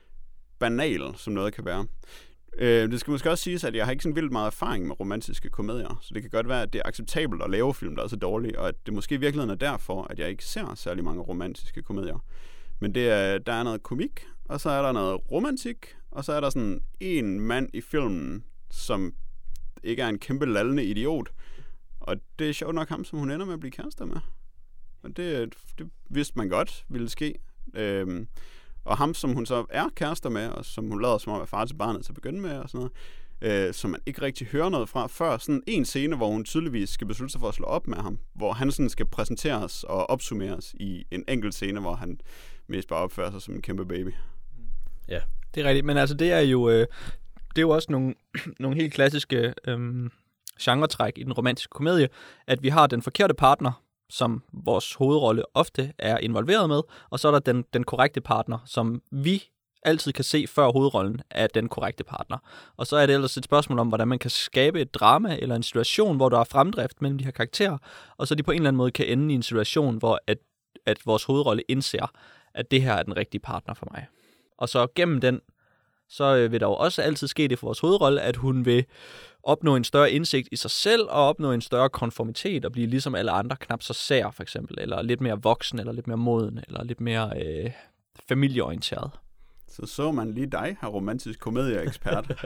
banal, som noget kan være. Det skal måske også siges, at jeg har ikke sådan vildt meget erfaring med romantiske komedier, så det kan godt være, at det er acceptabelt at lave film, der er så dårlige, og at det måske i virkeligheden er derfor, at jeg ikke ser særlig mange romantiske komedier. Men der er noget komik, og så er der noget romantik, og så er der sådan en mand i filmen, som ikke er en kæmpe lallende idiot. Og det er sjovt nok ham, som hun ender med at blive kærester med. Og det vidste man godt ville ske. Og ham, som hun så er kærester med, og som hun lader som om er far til barnet til at begynde med, og sådan som man ikke rigtig hører noget fra, før sådan en scene, hvor hun tydeligvis skal beslutte sig for at slå op med ham, hvor han sådan skal præsenteres og opsummeres i en enkelt scene, hvor han mest bare opfører sig som en kæmpe baby. Ja, det er rigtigt, men altså det er jo også nogle helt klassiske genretræk i den romantiske komedie, at vi har den forkerte partner, som vores hovedrolle ofte er involveret med, og så er der den korrekte partner, som vi altid kan se før hovedrollen af den korrekte partner. Og så er det ellers et spørgsmål om, hvordan man kan skabe et drama eller en situation, hvor der er fremdrift mellem de her karakterer, og så de på en eller anden måde kan ende i en situation, hvor at vores hovedrolle indser, at det her er den rigtige partner for mig. Og så gennem den, så vil der jo også altid ske det for vores hovedrolle, at hun vil opnå en større indsigt i sig selv, og opnå en større konformitet, og blive ligesom alle andre knap så sær, for eksempel, eller lidt mere voksen, eller lidt mere moden, eller lidt mere familieorienteret. Så man lige dig, her romantisk komedieekspert.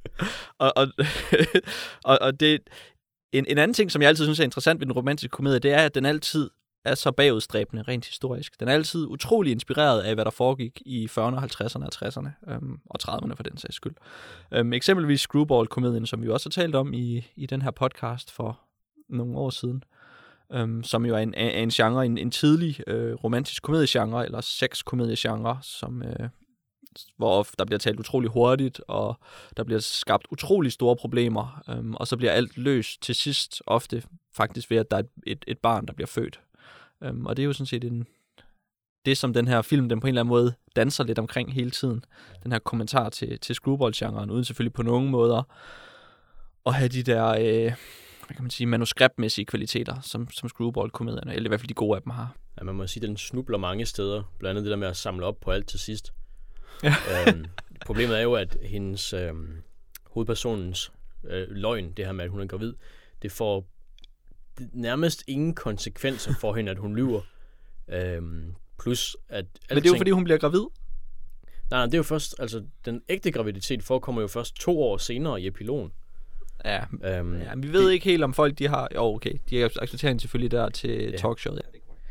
og det, en anden ting, som jeg altid synes er interessant ved den romantiske komedie, det er, at den altid er så bagudstræbende rent historisk. Den er altid utrolig inspireret af, hvad der foregik i 40'erne, 50'erne og 60'erne, og 30'erne for den sags skyld. Eksempelvis Screwball-komedien, som vi også har talt om i den her podcast for nogle år siden, som jo er en genre, en tidlig romantisk komediegenre, eller sexkomediegenre, hvor der bliver talt utrolig hurtigt, og der bliver skabt utrolig store problemer, og så bliver alt løst til sidst, ofte faktisk ved, at der er et barn, der bliver født. Og det er jo sådan set det, som den her film, den på en eller anden måde danser lidt omkring hele tiden. Den her kommentar til screwball-genren, uden selvfølgelig på nogle måder at have de der, hvad kan man sige, manuskriptmæssige kvaliteter, som screwball-komedierne, eller i hvert fald de gode af dem har. Ja, man må sige, at den snubler mange steder, blandt andet det der med at samle op på alt til sidst. Ja. Problemet er jo, at hendes hovedpersonens løgn, det her med, at hun er gravid, det får nærmest ingen konsekvenser for hende, at hun lyver. Plus at Men det er jo, fordi hun bliver gravid? Nej, det er jo først, altså den ægte graviditet forekommer jo først 2 år senere i epilogen. Ja, vi ved ikke helt, om folk de har... Jo, okay, de accepterer hende selvfølgelig der til talkshowet.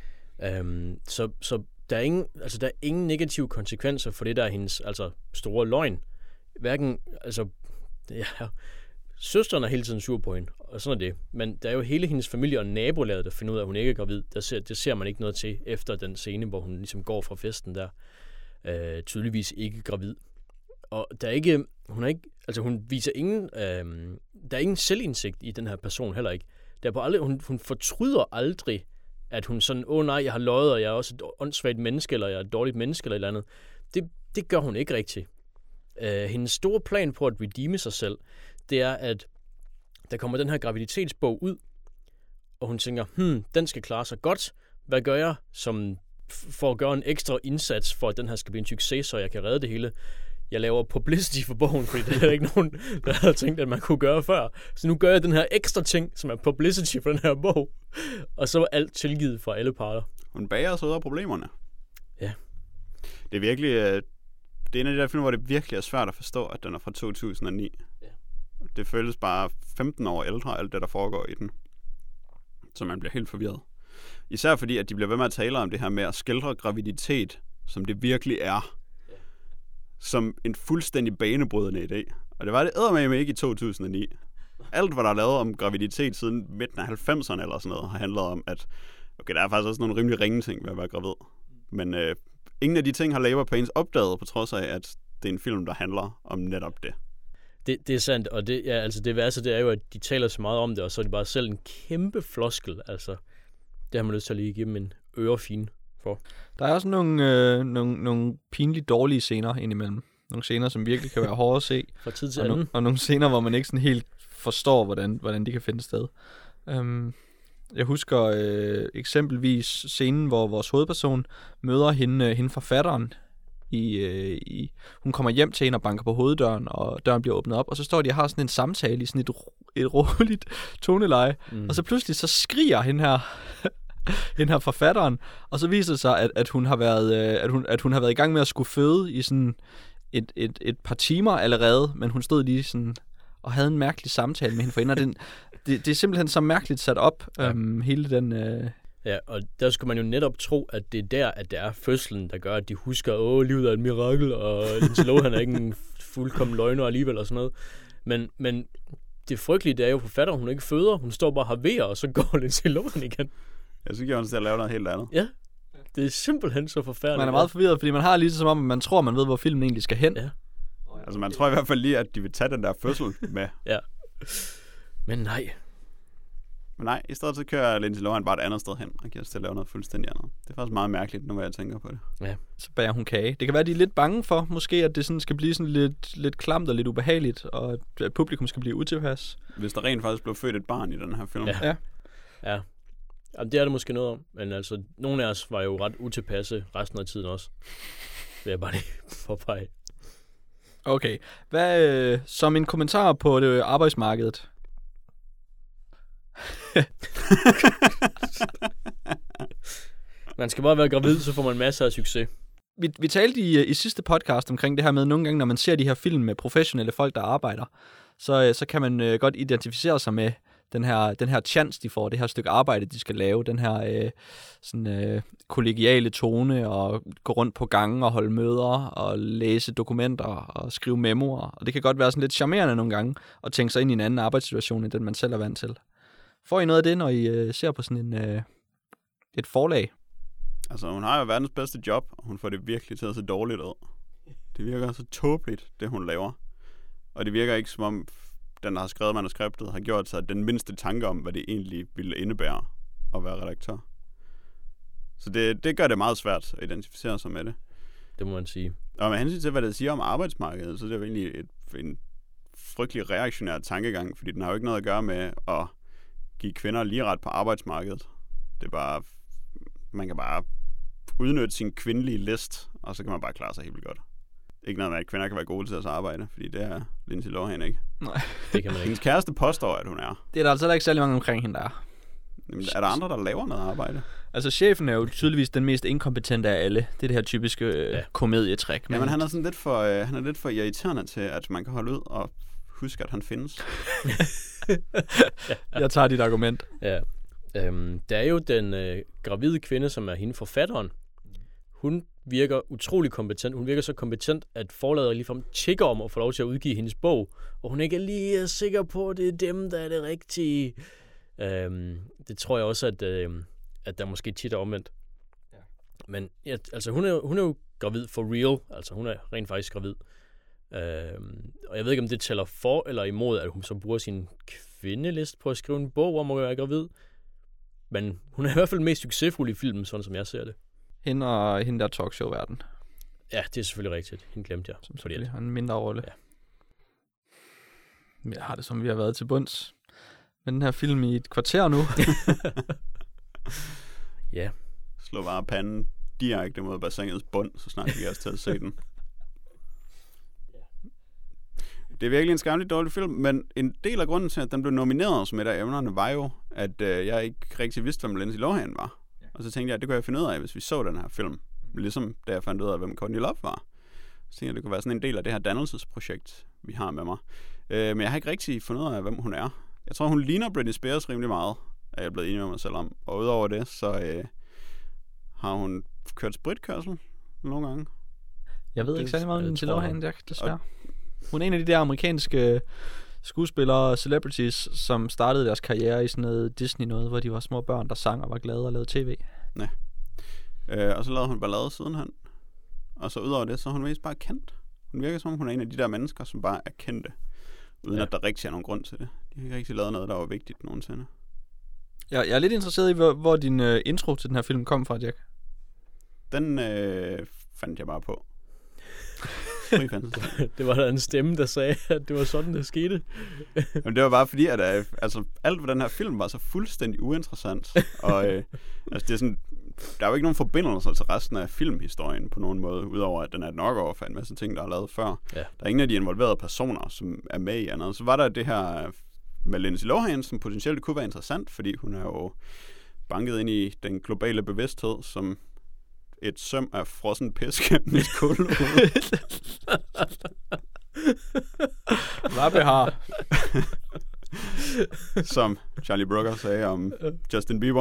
Så der er ingen negative konsekvenser for det, der er hendes store løgn. Hverken, søsteren er hele tiden sur på hende, og sådan er det. Men der er jo hele hendes familie og nabolaget, der finder ud af, at hun ikke er gravid. Det ser man ikke noget til efter den scene, hvor hun ligesom går fra festen der. Tydeligvis ikke gravid. Og der er ikke, hun viser ingen, der er ingen selvindsigt i den her person heller ikke. Der er på aldrig, hun fortryder aldrig, at hun sådan, nej, jeg har løjet, og jeg er også et åndssvagt menneske, eller jeg er et dårligt menneske, eller et eller andet. Det gør hun ikke rigtigt. Hendes store plan på at redeeme sig selv, det er, at der kommer den her graviditetsbog ud, og hun tænker, den skal klare sig godt. Hvad gør jeg for at gøre en ekstra indsats, for at den her skal blive en succes, så jeg kan redde det hele? Jeg laver publicity for bogen, fordi det er ikke nogen, der havde tænkt, at man kunne gøre før. Så nu gør jeg den her ekstra ting, som er publicity for den her bog. Og så er alt tilgivet for alle parter. Hun bager sig ud af problemerne. Ja. Det er virkelig... Det er en af de der film, hvor det virkelig er svært at forstå, at den er fra 2009. Ja. Det føles bare 15 år ældre, alt det, der foregår i den. Så man bliver helt forvirret. Især fordi, at de bliver ved med at tale om det her med at skildre graviditet, som det virkelig er. Som en fuldstændig banebrydende idé. Og det var det eddermame ikke i 2009. Alt, hvad der er lavet om graviditet siden midten af 90'erne eller sådan noget, har handlet om, at okay, der er faktisk også nogle rimelig ringe ting ved at være gravid. Men ingen af de ting har Labour Pains opdaget, på trods af, at det er en film, der handler om netop det. Det er sandt, og det værste, det er jo, at de taler så meget om det, og så er det bare selv en kæmpe floskel. Altså, det har man lyst til at lige give dem en ørefine for. Der er også nogle pinligt dårlige scener indimellem. Nogle scener, som virkelig kan være hårde at se. Fra tid til anden. Og nogle scener, hvor man ikke sådan helt forstår, hvordan de kan finde sted. Jeg husker eksempelvis scenen, hvor vores hovedperson møder hende forfatteren. Hun kommer hjem til hende og banker på hoveddøren, og døren bliver åbnet op, og så står de og har sådan en samtale i sådan et roligt toneleje. Og så pludselig så skriger hende her forfatteren, og så viser det sig, at hun har været i gang med at skulle føde i sådan et par timer allerede, men hun stod lige sådan og havde en mærkelig samtale med hende for hende, og det er simpelthen så mærkeligt sat op, hele den... Ja, og der skulle man jo netop tro, at det er fødslen, der gør, at de husker, livet er et mirakel, og Lindsay Lohan er ikke en fuldkommen løgner alligevel og sådan noget. Men det frygtelige, det er jo forfatteren, hun ikke føder. Hun står bare og harverer, og så går Lindsay Lohan igen. Ja, så giver hun sig til at lave noget helt andet. Ja, det er simpelthen så forfærdeligt. Man er meget forvirret, fordi man har lige som om, man tror, man ved, hvor filmen egentlig skal hen. Ja. Altså, man tror i hvert fald lige, at de vil tage den der fødsel med. Ja. Men nej. Men nej, i stedet så kører Lindsay Lohan bare et andet sted hen, og giver sig til at lave noget fuldstændig andet. Det er faktisk meget mærkeligt, når jeg tænker på det. Ja. Så bager hun kage. Det kan være, at de er lidt bange for, måske, at det sådan skal blive sådan lidt klamt og lidt ubehageligt, og at publikum skal blive utilpas. Hvis der rent faktisk blev født et barn i den her film. Ja. Jamen, det er det måske noget om. Men altså, nogle af os var jo ret utilpasse resten af tiden også. Det vil jeg bare lige påpege. Okay. Hvad, som en kommentar på det arbejdsmarkedet. Man skal bare være gravid, så får man masser af succes. Vi talte i sidste podcast omkring det her med, nogle gange, når man ser de her film med professionelle folk, der arbejder, så kan man godt identificere sig med den her chance, de får, det her stykke arbejde, de skal lave, den her kollegiale tone, og gå rundt på gange og holde møder, og læse dokumenter, og skrive memoer. Og det kan godt være sådan lidt charmerende nogle gange, at tænke sig ind i en anden arbejdssituation, end den man selv er vant til. Får I noget af det, når I ser på sådan et forlag? Altså, hun har jo verdens bedste job, og hun får det virkelig til at se dårligt ud. Det virker så tåbeligt, det hun laver. Og det virker ikke som om, den, der har skrevet manuskriptet, har gjort sig den mindste tanke om, hvad det egentlig ville indebære at være redaktør. Så det gør det meget svært at identificere sig med det. Det må man sige. Og med hensyn til, hvad det siger om arbejdsmarkedet, så er det jo egentlig en frygtelig reaktionær tankegang, fordi den har jo ikke noget at gøre med at give kvinder lige ret på arbejdsmarkedet. Det er bare, man kan bare udnytte sin kvindelige list, og så kan man bare klare sig helt vildt godt. Ikke noget med, at kvinder kan være gode til at arbejde, fordi det er Lindsay Lohan ikke. Nej, det kan man ikke. Hendes kæreste påstår, at hun er. Det er der altså ikke særlig mange omkring hende, der er. Jamen, er der andre, der laver noget arbejde? Altså, chefen er jo tydeligvis den mest inkompetente af alle. Det er det her typiske komedietræk. Men han er sådan lidt for irriterende til, at man kan holde ud og huske, at han findes. Jeg tager dit argument. Ja. Der er jo den gravide kvinde, som er hende forfatteren. Hun virker utrolig kompetent. Hun virker så kompetent, at forlaget ligefrem tjekker om at få lov til at udgive hendes bog. Og hun ikke er lige sikker på, at det er dem, der er det rigtige. Det tror jeg også, at der måske tit er omvendt. Ja. Men ja, altså, hun er jo gravid for real. Altså, hun er rent faktisk gravid. Og jeg ved ikke, om det tæller for eller imod, at hun så bruger sin kvindelist på at skrive en bog om at være gravid. Men hun er i hvert fald mest succesfuld i filmen, sådan som jeg ser det. Hende og hende der talkshow-verden. Ja, det er selvfølgelig rigtigt. Hende glemte jeg. Som selvfølgelig har en mindre rolle. Ja. Jeg har det som, vi har været til bunds med den her film i et kvarter nu. Ja. Slå bare panden direkte mod bassinets bund, så snart vi også til at se den. Det er virkelig en skamligt dårlig film, men en del af grunden til, at den blev nomineret som et af emnerne, var jo, at jeg ikke rigtig vidste, hvem Lindsay Lohan var. Og så tænkte jeg, at det kunne jeg finde ud af, hvis vi så den her film. Ligesom da jeg fandt ud af, hvem Courtney Love var. Så tænkte jeg, at det kunne være sådan en del af det her dannelsesprojekt, vi har med mig. Men jeg har ikke rigtig fundet ud af, hvem hun er. Jeg tror, hun ligner Britney Spears rimelig meget, er jeg blevet enig med mig selv om. Og udover det, så har hun kørt spritkørsel nogle gange. Jeg ved ikke særlig meget om Lindsay Lohan, Jack, desværre. Hun er en af de der amerikanske skuespillere og celebrities, som startede deres karriere i sådan noget Disney-noget, hvor de var små børn, der sang og var glade og lavede tv. Ja. Og så lavede hun ballade sidenhen. Og så udover det, så er hun mest bare kendt. Hun virker som, hun er en af de der mennesker, som bare er kendte, uden at der rigtig er nogen grund til det. De har ikke rigtig lavet noget, der var vigtigt nogensinde. Jeg er lidt interesseret i, hvor din intro til den her film kom fra, Jack. Den fandt jeg bare på. Det var der en stemme, der sagde, at det var sådan, det skete. Men det var bare fordi, at alt ved den her film var så fuldstændig uinteressant. Og det er sådan, der er jo ikke nogen forbindelser til resten af filmhistorien på nogen måde, udover at den er et knock-off af en masse ting, der er lavet før. Ja. Der er ingen af de involverede personer, som er med i andet. Så var der det her med Lindsay Lohan, som potentielt kunne være interessant, fordi hun er jo banket ind i den globale bevidsthed, som et søm af frossen pisk gennem et kulhoved. Hvad behar? Som Charlie Brooker sagde om Justin Bieber.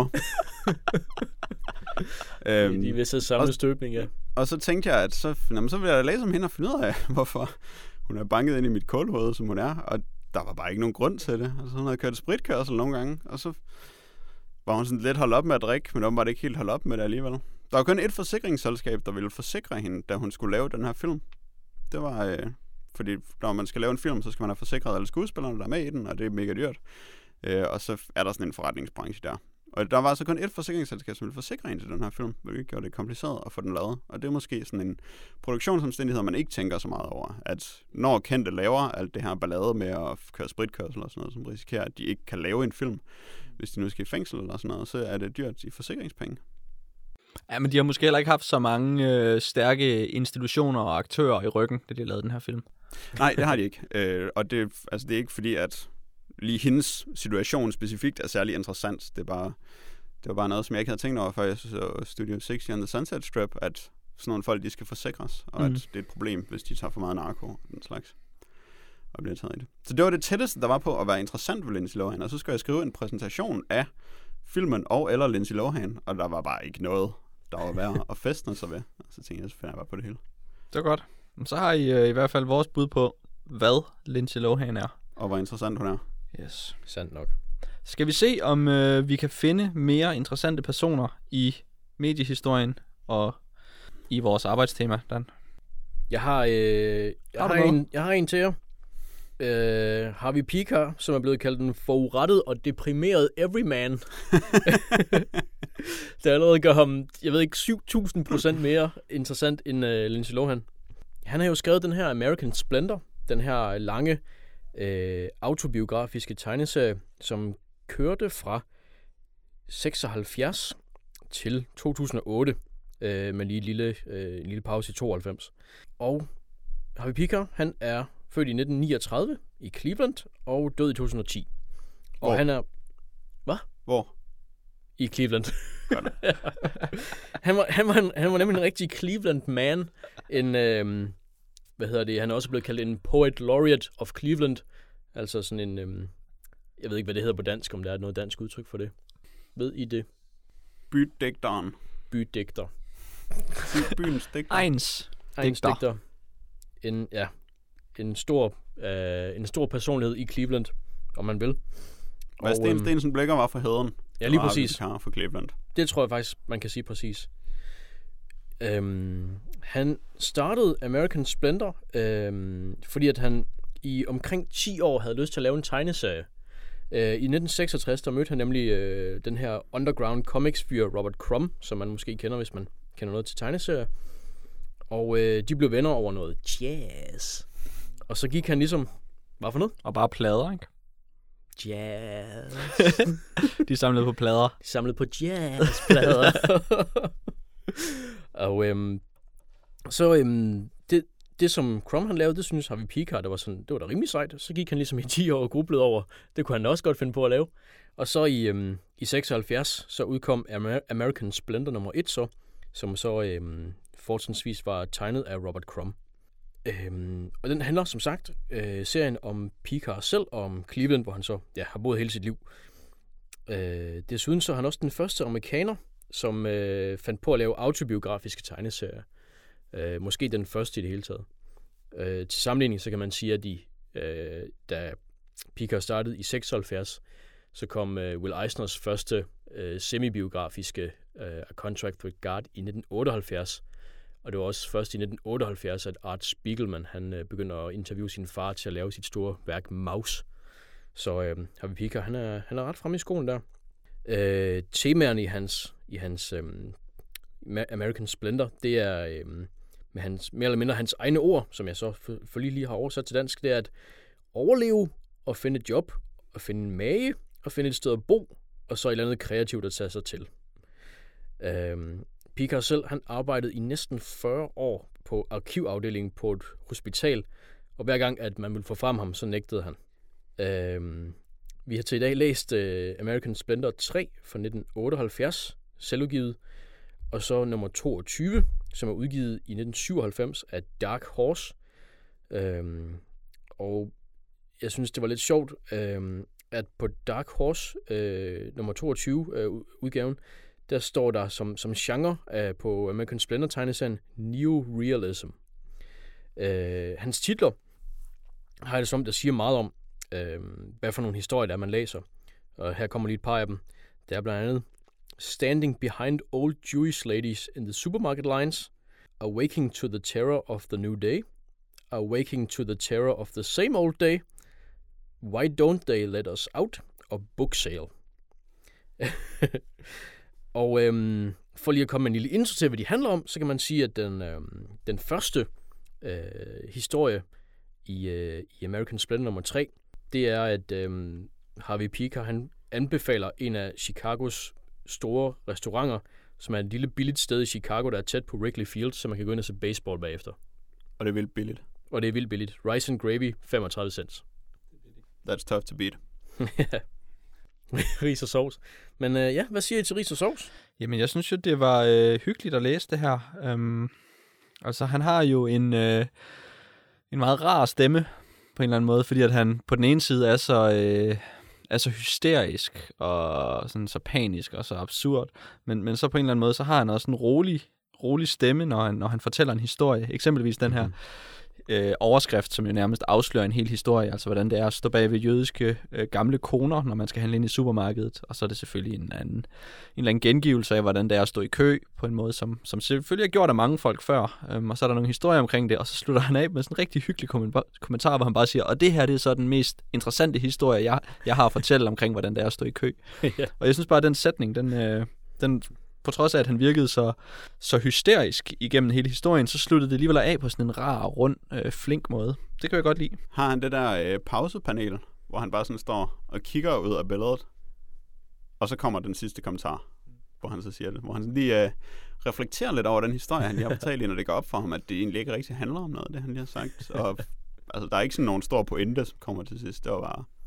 De vil så samme støbning, ja. Og så tænkte jeg, at så vil jeg læse om hende og finde ud af, hvorfor hun er banket ind i mit kulhoved, som hun er. Og der var bare ikke nogen grund til det. Altså, hun havde kørt spritkørsel nogle gange, og så var hun sådan lidt holdt op med at drikke, men hun var ikke helt holdt op med det alligevel. Der var kun et forsikringsselskab, der ville forsikre hende, da hun skulle lave den her film. Det var, fordi når man skal lave en film, så skal man have forsikret alle skuespillerne, der er med i den, og det er mega dyrt. Og så er der sådan en forretningsbranche der. Og der var altså kun et forsikringsselskab, som ville forsikre hende til den her film, hvilket gjorde det kompliceret at få den lavet. Og det er måske sådan en produktionsomstændighed, man ikke tænker så meget over. At når kendte laver alt det her ballade med at køre spritkørsel og sådan noget, som risikerer, at de ikke kan lave en film, hvis de nu skal i fængsel eller sådan noget, så er det dyrt i forsikringspenge. Ja, men de har måske heller ikke haft så mange stærke institutioner og aktører i ryggen, da de lavede den her film. Nej, det har de ikke. Og det er ikke fordi, at lige hendes situation specifikt er særlig interessant. Det var bare noget, som jeg ikke havde tænkt over, før jeg så Studio 60 and the Sunset Strip, at sådan nogle folk, de skal forsikres, og at det er et problem, hvis de tager for meget narko og den slags, og bliver taget i det. Så det var det tætteste, der var på at være interessant ved Lindsay Lohan, og så skulle jeg skrive en præsentation af filmen og eller Lindsay Lohan, og der var bare ikke noget, der var værd at festne sig ved. Og så tænkte jeg, så finder jeg bare på det hele. Det var godt. Så har I hvert fald vores bud på, hvad Lindsay Lohan er. Og hvor interessant hun er. Yes. Sandt nok. Skal vi se, om vi kan finde mere interessante personer i mediehistorien og i vores arbejdstema, Dan? Jeg har en til jer. Harvey Pekar, som er blevet kaldt en forurettet og deprimeret everyman. Det allerede gør ham, jeg ved ikke, 7.000% mere interessant end Lindsay Lohan. Han har jo skrevet den her American Splendor, den her lange autobiografiske tegneserie, som kørte fra 76 til 2008, med lige en lille pause i 92. Og Harvey Pekar, han er født i 1939 i Cleveland og død i 2010. Hvor? Og han er... Hvad? Hvor? I Cleveland. han var nemlig en rigtig Cleveland man. Han er også blevet kaldt en Poet Laureate of Cleveland. Altså sådan en... jeg ved ikke, hvad det hedder på dansk, om der er noget dansk udtryk for det. Ved I det? Bydigteren. Bydigter. Byens digter. Eins digter. En stor personlighed i Cleveland, om man vil. Hvad Sten Stensen Blikker var for Heden. Ja, lige præcis. For Cleveland. Det tror jeg faktisk, man kan sige præcis. Han startede American Splendor, fordi at han i omkring 10 år havde lyst til at lave en tegneserie. I 1966, der mødte han nemlig den her underground comics-fyr Robert Crumb, som man måske kender, hvis man kender noget til tegneserier. Og de blev venner over noget jazz. Og så gik han ligesom... Hvad for noget? Og bare plader, ikke? Jazz. De samlede på plader. De samlede på jazzplader. Og det som Crumb han lavede, det synes Harvey Pekar, det var da rimelig sejt. Så gik han ligesom i 10 år og grublede over, det kunne han også godt finde på at lave. Og så i 76, så udkom American Splendor nummer 1 så, som så fortrinsvis var tegnet af Robert Crumb. Og den handler som sagt serien om Pekar selv og om Cleveland, hvor han så har boet hele sit liv. Desuden så er han også den første amerikaner, som fandt på at lave autobiografiske tegneserier. Måske den første i det hele taget. Til sammenligning så kan man sige, at da Pekar startede i 76, så kom Will Eisners første semibiografiske A Contract with God i 1978. Og det var også først i 1978, at Art Spiegelman han begyndte at interviewe sin far til at lave sit store værk Maus. Så Harvey Pekar, han er ret fremme i skolen der. Temaerne i hans American Splendor, det er med hans, mere eller mindre hans egne ord, som jeg så for lige har oversat til dansk, det er at overleve og finde et job, og finde en mage, og finde et sted at bo, og så et eller andet kreativt at tage sig til. Pekar selv, han arbejdede i næsten 40 år på arkivafdelingen på et hospital, og hver gang, at man ville få frem ham, så nægtede han. Vi har til i dag læst American Splendor 3 fra 1978, selvudgivet, og så nummer 22, som er udgivet i 1997 af Dark Horse. Og jeg synes, det var lidt sjovt, at på Dark Horse, nummer 22 udgaven, der står der som genre på American Splendor tegneserien Neorealism. Hans titler har det som, der siger meget om, hvad for nogle historier, der man læser. Og her kommer lige et par af dem. Det er blandt andet Standing Behind Old Jewish Ladies in the Supermarket Lines, Awaking to the Terror of the New Day, Awaking to the Terror of the Same Old Day, Why Don't They Let Us Out, og Book Sale. Og for lige at komme med en lille intro til, hvad de handler om, så kan man sige, at den første historie i American Splendor nummer 3, det er, at Harvey Pekar, han anbefaler en af Chicagos store restauranter, som er et lille billigt sted i Chicago, der er tæt på Wrigley Field, så man kan gå ind og se baseball bagefter. Og det er vildt billigt. Og det er vildt billigt. Rice and gravy, 35 cents. That's tough to beat. Ris og sovs. Men hvad siger I til ris og sovs? Jamen, jeg synes jo, det var hyggeligt at læse det her. Altså, han har jo en meget rar stemme, på en eller anden måde, fordi at han på den ene side er så hysterisk, og sådan så panisk, og så absurd. Men så på en eller anden måde, så har han også en rolig stemme, når han fortæller en historie. Eksempelvis den her overskrift, som jo nærmest afslører en hel historie, altså hvordan det er at stå bag ved jødiske gamle koner, når man skal handle ind i supermarkedet, og så er det selvfølgelig en eller anden gengivelse af, hvordan det er at stå i kø på en måde, som selvfølgelig er gjort af mange folk før, og så er der nogle historier omkring det, og så slutter han af med sådan en rigtig hyggelig kommentar, hvor han bare siger, og det her, det er så den mest interessante historie, jeg har at fortælle omkring, hvordan det er at stå i kø. Ja. Og jeg synes bare, at den sætning, den på trods af, at han virkede så hysterisk igennem hele historien, så sluttede det alligevel af på sådan en rar, rund, flink måde. Det kan jeg godt lide. Har han det der pausepanel, hvor han bare sådan står og kigger ud af billedet, og så kommer den sidste kommentar, hvor han så siger det, hvor han lige reflekterer lidt over den historie, han lige har fortalt, når det går op for ham, at det egentlig ikke rigtig handler om noget, det han lige har sagt. Og altså, der er ikke sådan nogen stor pointe, som kommer til sidst. Det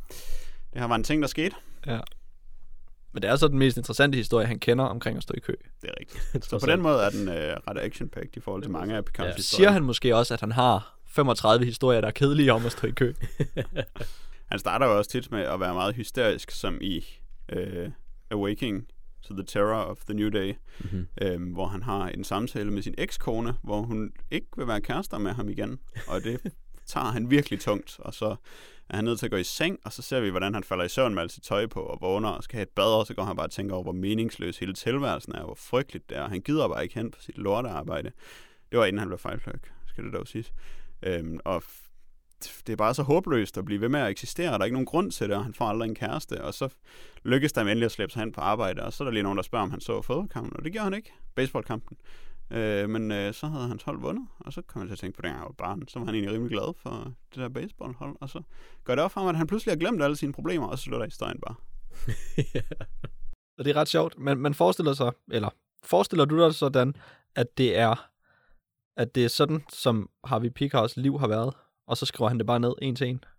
her var en ting, der skete. Ja. Men det er så den mest interessante historie, han kender omkring at stå i kø. Det er rigtigt. Så på den måde er den ret action-packed i forhold til mange af Pekars historier. Siger han måske også, at han har 35 historier, der er kedelige om at stå i kø? Han starter jo også tit med at være meget hysterisk, som i Awaking to the Terror of the New Day, hvor han har en samtale med sin ekskone, hvor hun ikke vil være kærester med ham igen. Og det tager han virkelig tungt, og så er han nødt til at gå i seng, og så ser vi, hvordan han falder i søvn med alt sit tøj på, og vågner og skal have et bad, og så går han bare og tænker over, hvor meningsløs hele tilværelsen er, hvor frygteligt det er. Han gider bare ikke hen på sit lortearbejde. Det var inden han blev fejlfløjt, skal det dog siges. Og det er bare så håbløst at blive ved med at eksistere, og der er ikke nogen grund til det, og han får aldrig en kæreste, og så lykkes der endelig at slæbe sig hen på arbejde, og så er der lige nogen, der spørger, om han så fodboldkampen, og det gjorde han ikke, baseballkampen. Men så havde hans hold vundet, og så kom han til at tænke på, den her barn, så var han egentlig rimelig glad for det der baseballhold, og så gør det op for ham, at han pludselig har glemt alle sine problemer, og så slutter historien bare. Ja. Og det er ret sjovt, men man forestiller du dig sådan, at det er sådan, som Harvey Pekars liv har været, og så skriver han det bare ned en til en?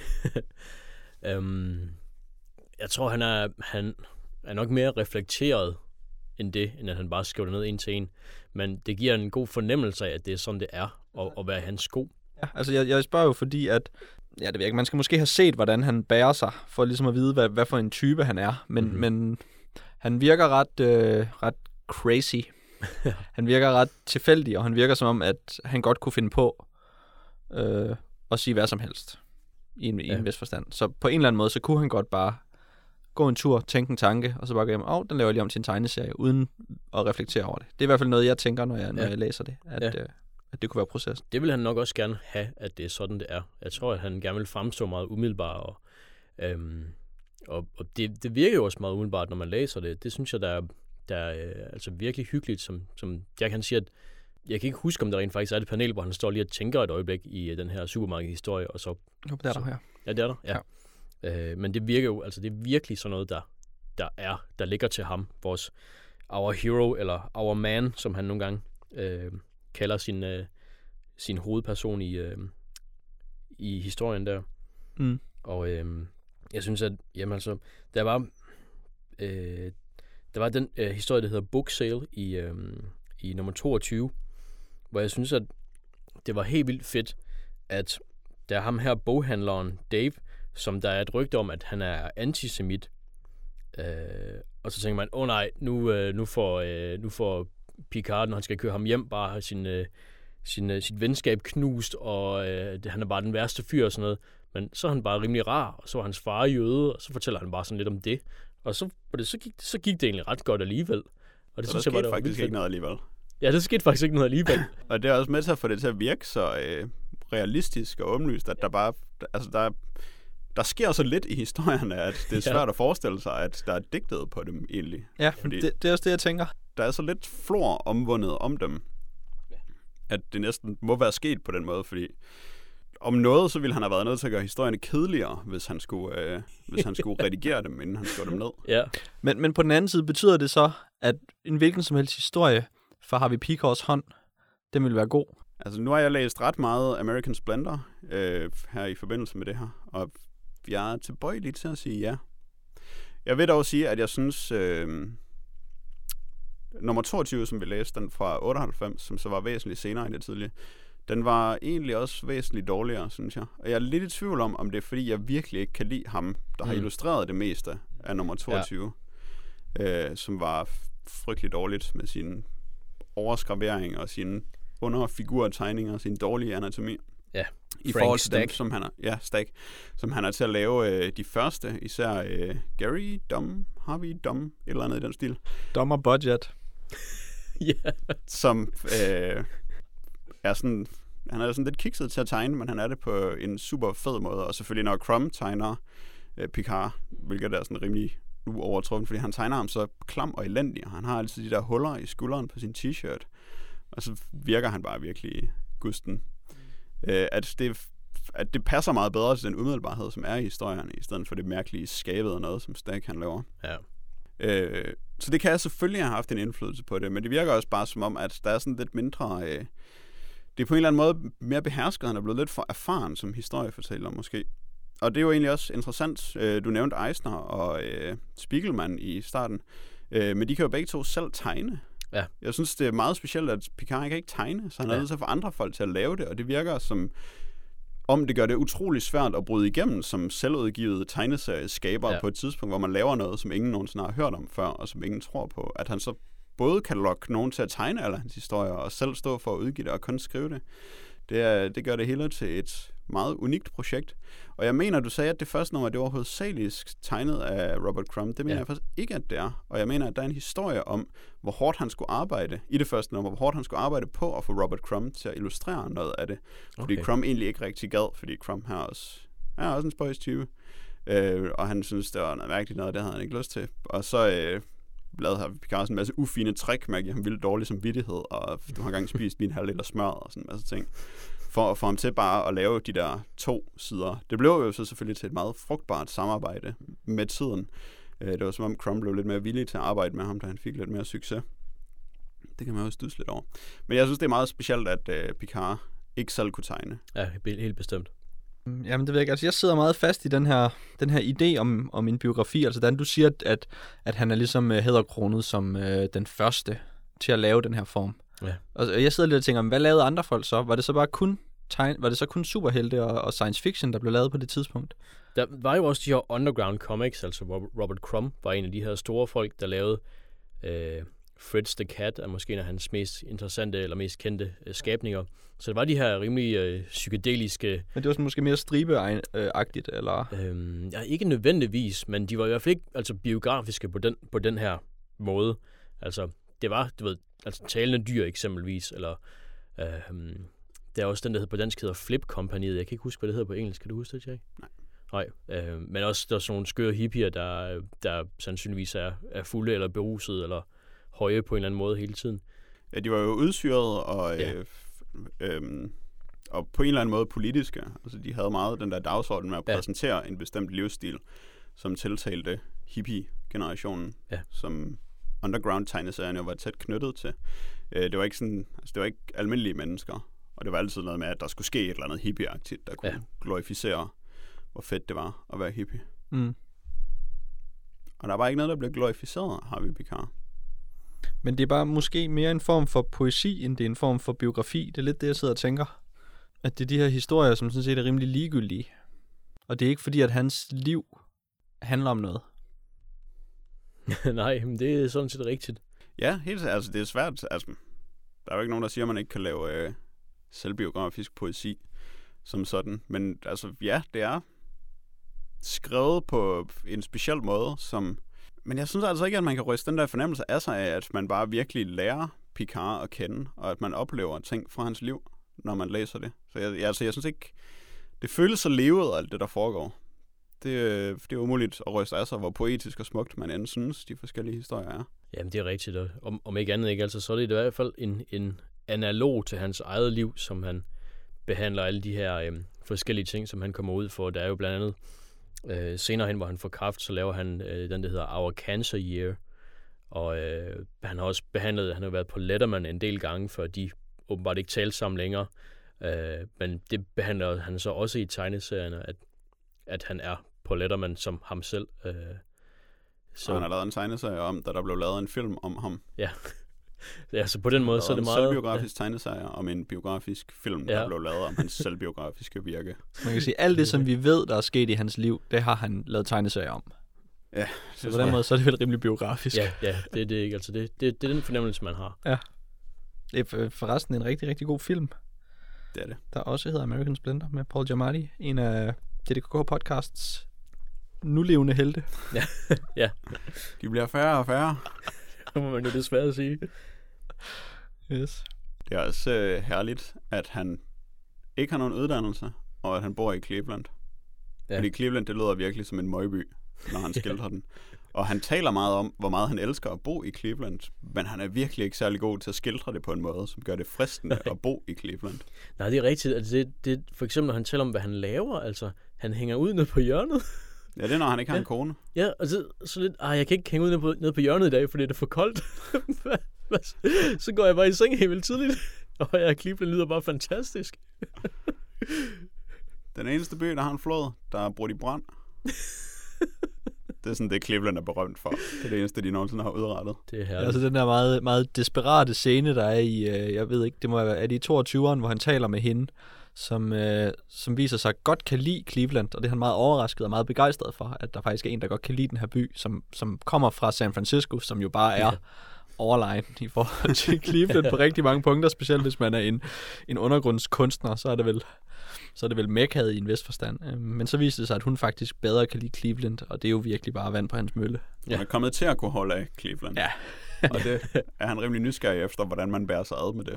Jeg tror, han er nok mere reflekteret end at han bare skriver det ned en til en. Men det giver en god fornemmelse af, at det er sådan, det er at være i hans sko. Ja, altså jeg spørger jo, fordi at, ja, det ved jeg ikke, man skal måske have set, hvordan han bærer sig, for ligesom at vide, hvad for en type han er. Men han virker ret crazy. Han virker ret tilfældig, og han virker som om, at han godt kunne finde på at sige hvad som helst i en vis forstand. Så på en eller anden måde, så kunne han godt bare gå en tur, tænke en tanke, og så bare gå hjem, den laver jeg lige om til en tegneserie, uden at reflektere over det. Det er i hvert fald noget, jeg tænker, når jeg læser det, at det kunne være processen. Det vil han nok også gerne have, at det er sådan, det er. Jeg tror, at han gerne vil fremstå meget umiddelbart, og det virker jo også meget umiddelbart, når man læser det. Det synes jeg, der er altså virkelig hyggeligt, som jeg kan sige, at jeg kan ikke huske, om der rent faktisk er et panel, hvor han står lige og tænker et øjeblik i den her supermarkedhistorie, og så... Jo, det er der her. Ja, det er der, ja. Men det virker jo, altså det er virkelig sådan noget, der ligger til ham. Our hero, eller our man, som han nogle gange kalder sin hovedperson i historien der. Og jeg synes, at jamen altså, der var den historie, der hedder Book Sale i nummer 22, hvor jeg synes, at det var helt vildt fedt, at der er ham her boghandleren Dave, som der er et rygte om, at han er antisemit. Og så tænker man, nej, nu får Picard, når han skal køre ham hjem, bare sit venskab knust, og han er bare den værste fyr og sådan noget. Men så er han bare rimelig rar, og så var hans far jøde, og så fortæller han bare sådan lidt om det. Og så gik det egentlig ret godt alligevel. Og det så der skete faktisk ikke noget alligevel. Ja, det skete faktisk ikke noget alligevel. Og det er også med til at få det til at virke så realistisk og åbenlyst, at der bare... Altså, der sker så lidt i historierne, at det er svært at forestille sig, at der er digtet på dem egentlig. Ja, fordi det er også det, jeg tænker. Der er så lidt flor omvundet om dem, at det næsten må være sket på den måde, fordi om noget, så ville han have været nødt til at gøre historierne kedeligere, hvis han skulle redigere dem, inden han skrev dem ned. Ja. Men på den anden side betyder det så, at en hvilken som helst historie for Harvey Pekords hånd, den vil være god. Altså, nu har jeg læst ret meget American Splendor her i forbindelse med det her, og jeg er tilbøjelig til at sige ja. Jeg vil dog sige, at jeg synes, nummer 22, som vi læste, den fra 98, som så var væsentligt senere end det tidlige, den var egentlig også væsentligt dårligere, synes jeg. Og jeg er lidt i tvivl om det er, fordi jeg virkelig ikke kan lide ham, der har illustreret det meste af nummer 22, som var frygtelig dårligt med sine overskraveringer og sine underfigurtegninger og sin dårlige anatomi. Ja, i forhold til dem, som han er, Stack, som han er til at lave de første, især Harvey Dom, et eller andet i den stil. Dom og budget. Yeah. Som er sådan, han er sådan lidt kikset til at tegne, men han er det på en super fed måde, og selvfølgelig når Crumb tegner Picard, hvilket er sådan rimelig uovertruffen, fordi han tegner ham så klam og elendig, og han har altid de der huller i skulderen på sin t-shirt, og så virker han bare virkelig gusten. At det passer meget bedre til den umiddelbarhed, som er i historierne, i stedet for det mærkelige skabede noget, som Stack han laver. Ja. Så det kan jeg selvfølgelig have haft en indflydelse på det, men det virker også bare som om, at der er sådan lidt mindre... det er på en eller anden måde mere behersket, han er blevet lidt for erfaren som historiefortæller måske. Og det er jo egentlig også interessant. Du nævnte Eisner og Spiegelman i starten, men de kan jo begge to selv tegne. Ja. Jeg synes, det er meget specielt, at Picard kan ikke tegne, så han er nødt til at få andre folk til at lave det, og det virker som om det gør det utrolig svært at bryde igennem som selvudgivet tegneserieskaber på et tidspunkt, hvor man laver noget, som ingen nogensinde har hørt om før, og som ingen tror på. At han så både kan lokke nogen til at tegne alle hans historier, og selv stå for at udgive det og kun skrive det. Det gør det hele til et meget unikt projekt. Og jeg mener, du sagde, at det første nummer, det var hovedsageligt tegnet af Robert Crumb. Det mener jeg faktisk ikke, at det er. Og jeg mener, at der er en historie om, hvor hårdt han skulle arbejde i det første nummer, hvor hårdt han skulle arbejde på at få Robert Crumb til at illustrere noget af det. Fordi Crumb egentlig ikke rigtig gad, fordi Crumb her også en spøjstyve. Og han synes, det var noget mærkeligt noget, det havde han ikke lyst til. Og så lavede her Picard en masse ufine trick med at give ham vildt dårlig samvittighed, og du har engang spist min halv liter smør og sådan en masse ting. For at få ham til bare at lave de der 2 sider. Det blev jo så selvfølgelig til et meget frugtbart samarbejde med tiden. Det var som om Crumb blev lidt mere villig til at arbejde med ham, da han fik lidt mere succes. Det kan man jo stusse lidt over. Men jeg synes, det er meget specielt, at Picard ikke selv kunne tegne. Ja, helt bestemt. Jamen det ved jeg ikke. Altså jeg sidder meget fast i den her idé om en biografi. Altså Dan, du siger, at han er ligesom hæderkronet som den første til at lave den her form. Ja. Og jeg sidder lidt og tænker, hvad lavede andre folk så? Var det så bare kun superhelte og science fiction, der blev lavet på det tidspunkt? Der var jo også de her underground comics, altså Robert Crumb var en af de her store folk, der lavede Fritz the Cat, er måske en af hans mest interessante eller mest kendte skabninger. Så det var de her rimelig psykedeliske... Men det var sådan måske mere stribeagtigt, eller? Ja, ikke nødvendigvis, men de var i hvert fald ikke altså, biografiske på den her måde. Altså, det var, du ved, altså talende dyr eksempelvis, eller der er også den, der hedder på dansk, hedder Flip Companyet. Jeg kan ikke huske, hvad det hedder på engelsk. Kan du huske det, Jack? Nej. Men også der er sådan nogle skøre hippier, der sandsynligvis er fulde eller berusede, eller høje på en eller anden måde hele tiden. Ja, de var jo udsyret og og på en eller anden måde politiske. Altså, de havde meget den der dagsorden med at præsentere en bestemt livsstil, som tiltalte hippie-generationen, som underground-tegneserierne jo var tæt knyttet til. Det var ikke sådan, altså, det var ikke almindelige mennesker, og det var altid noget med, at der skulle ske et eller andet hippie-agtigt, der kunne glorificere, hvor fedt det var at være hippie. Mm. Og der var ikke noget, der blev glorificeret af Harvey Picard. Men det er bare måske mere en form for poesi, end det er en form for biografi. Det er lidt det, jeg sidder og tænker. At det er de her historier, som sådan set er rimelig ligegyldige. Og det er ikke fordi, at hans liv handler om noget. Nej, men det er sådan set rigtigt. Ja, helt altså det er svært. Altså, der er jo ikke nogen, der siger, at man ikke kan lave selvbiografisk poesi som sådan. Men altså, ja, det er skrevet på en speciel måde, men jeg synes altså ikke, at man kan ryste den der fornemmelse af sig af, at man bare virkelig lærer Picard at kende, og at man oplever ting fra hans liv, når man læser det. Så jeg synes ikke, det føles så levet, alt det, der foregår. Det er umuligt at ryste af sig, hvor poetisk og smukt man end synes, de forskellige historier er. Jamen, det er rigtigt. Om ikke andet, ikke? Altså, så er det i hvert fald en analog til hans eget liv, som han behandler alle de her forskellige ting, som han kommer ud for. Der er jo blandt andet senere hen, hvor han får kræft, så laver han den, der hedder Our Cancer Year. Og han har også behandlet, han har været på Letterman en del gange, for de åbenbart ikke talte sammen længere. Men det behandler han så også i tegneserierne, at han er på Letterman som ham selv. Så han har lavet en tegneserie om, da der blev lavet en film om ham. Ja. Ja, så på den måde, så er det meget... en selvbiografisk tegneserie om en biografisk film, der blev lavet om hans selvbiografiske virke. Man kan sige, alt det, som vi ved, der er sket i hans liv, det har han lavet tegneserier om. Ja. Så på den måde, så er det vel rimelig biografisk. Ja, det er ikke. Altså, det er den fornemmelse, man har. Ja. Det er forresten en rigtig, rigtig god film. Det er det. Der også hedder American Splendor med Paul Giamatti, en af DDKK-podcasts nulevende helte. Ja. Ja. De bliver færre og færre. Det må man jo desværre sige. Yes. Det er også herligt, at han ikke har nogen uddannelse, og at han bor i Cleveland. Ja. Fordi Cleveland, det lyder virkelig som en møgby, når han skildrer den. Og han taler meget om, hvor meget han elsker at bo i Cleveland, men han er virkelig ikke særlig god til at skildre det på en måde, som gør det fristende at bo i Cleveland. Nej, det er rigtigt. Altså, det for eksempel, når han taler om, hvad han laver, altså, han hænger ud nede på hjørnet. Ja, det er, når han ikke har en kone. Ja, og så lidt, jeg kan ikke hænge ud nede på hjørnet i dag, fordi det er for koldt. Så går jeg bare i seng helt vildt tidligt, og Cleveland lyder bare fantastisk. Den eneste by, der har en flod, der er brudt i brand. Det er sådan det, Cleveland er berømt for. Det er det eneste, de nogensinde har udrettet. Det er herligt. Altså den der meget, meget desperate scene, der er i, jeg ved ikke, det må være, er det i 22'eren, hvor han taler med hende, som viser sig godt kan lide Cleveland, og det er han meget overrasket og meget begejstret for, at der faktisk er en, der godt kan lide den her by, som kommer fra San Francisco, som jo bare er overlegen i forhold til Cleveland på rigtig mange punkter, specielt hvis man er en undergrundskunstner, så er det vel mekkaet i en vis forstand. Men så viste det sig, at hun faktisk bedre kan lide Cleveland, og det er jo virkelig bare vand på hans mølle. Hun er kommet til at kunne holde af Cleveland. Ja. Og det er han rimelig nysgerrig efter, hvordan man bærer sig ad med det.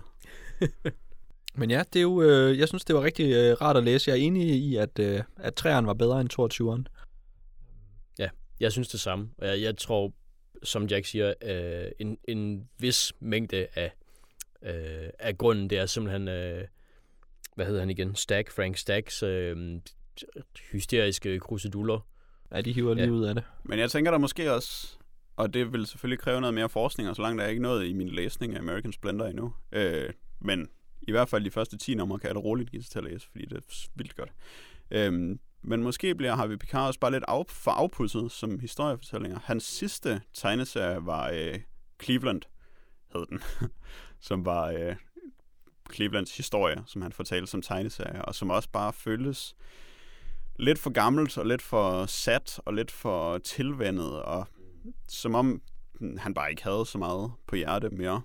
Men ja, det er jo, jeg synes, det var rigtig rart at læse. Jeg er enig i, at træerne var bedre end 22'eren. Ja, jeg synes det samme. Og jeg tror, som Jack siger, en vis mængde af grunden, det er simpelthen, hvad hedder han igen? Frank Stacks hysteriske kruseduller. Ja, de hiver lige ud af det. Men jeg tænker der måske også, og det vil selvfølgelig kræve noget mere forskning, og så langt der er ikke noget i min læsning af American Splendor endnu. Men i hvert fald de første 10 numre kan jeg da roligt give sig til at læse, fordi det er vildt godt. Men måske bliver Harvey Picard også bare lidt for afpudset som historiefortællinger. Hans sidste tegneserie var Cleveland, hed den, som var Clevelands historie, som han fortalte som tegneserie, og som også bare føltes lidt for gammelt, og lidt for sat, og lidt for tilvænnet, og som om han bare ikke havde så meget på hjerte mere.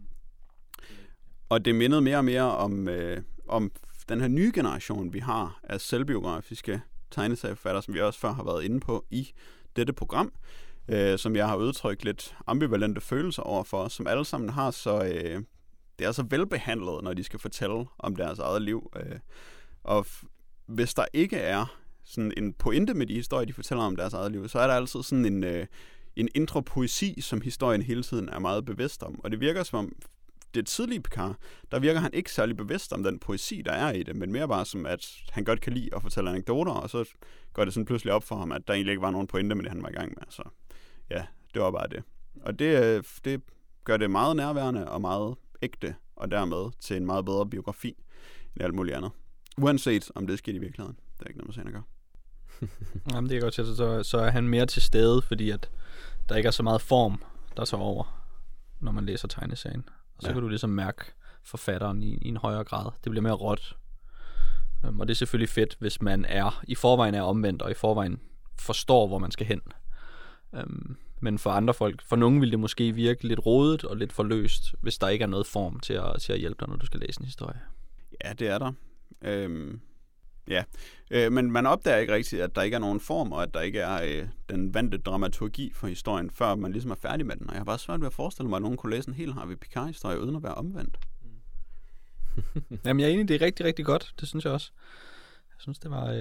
Og det mindede mere og mere om den her nye generation, vi har af selvbiografiske tegneserieforfattere, som vi også før har været inde på i dette program, som jeg har udtrykt lidt ambivalente følelser overfor, som alle sammen har det er så velbehandlet, når de skal fortælle om deres eget liv. Og hvis der ikke er sådan en pointe med de historier, de fortæller om deres eget liv, så er der altid sådan en indre poesi, som historien hele tiden er meget bevidst om. Og det virker som om, det tidlige Picard, der virker han ikke særlig bevidst om den poesi, der er i det, men mere bare som, at han godt kan lide at fortælle anekdoter, og så går det sådan pludselig op for ham, at der egentlig ikke var nogen pointe med det, han var i gang med. Så ja, det var bare det. Og det gør det meget nærværende og meget ægte, og dermed til en meget bedre biografi end alt muligt andet. Uanset om det sker i virkeligheden. Det er ikke noget, man senere gør. Jamen det er godt til, så er han mere til stede, fordi at der ikke er så meget form, der tager over, når man læser tegneserien. Og så kan du ligesom mærke forfatteren i en højere grad. Det bliver mere råt. Og det er selvfølgelig fedt, hvis man i forvejen er omvendt, og i forvejen forstår, hvor man skal hen. Men for andre folk, for nogen vil det måske virke lidt rodet og lidt forløst, hvis der ikke er noget form til at hjælpe dig, når du skal læse en historie. Ja, det er der. Men man opdager ikke rigtigt, at der ikke er nogen form, og at der ikke er den vante dramaturgi for historien, før man ligesom er færdig med den. Og jeg har bare svært ved at forestille mig, at nogen kunne læse en hel Harvey Picard-historie, uden at være omvendt. Jamen, jeg er enig, det er rigtig, rigtig godt. Det synes jeg også. Jeg synes, det var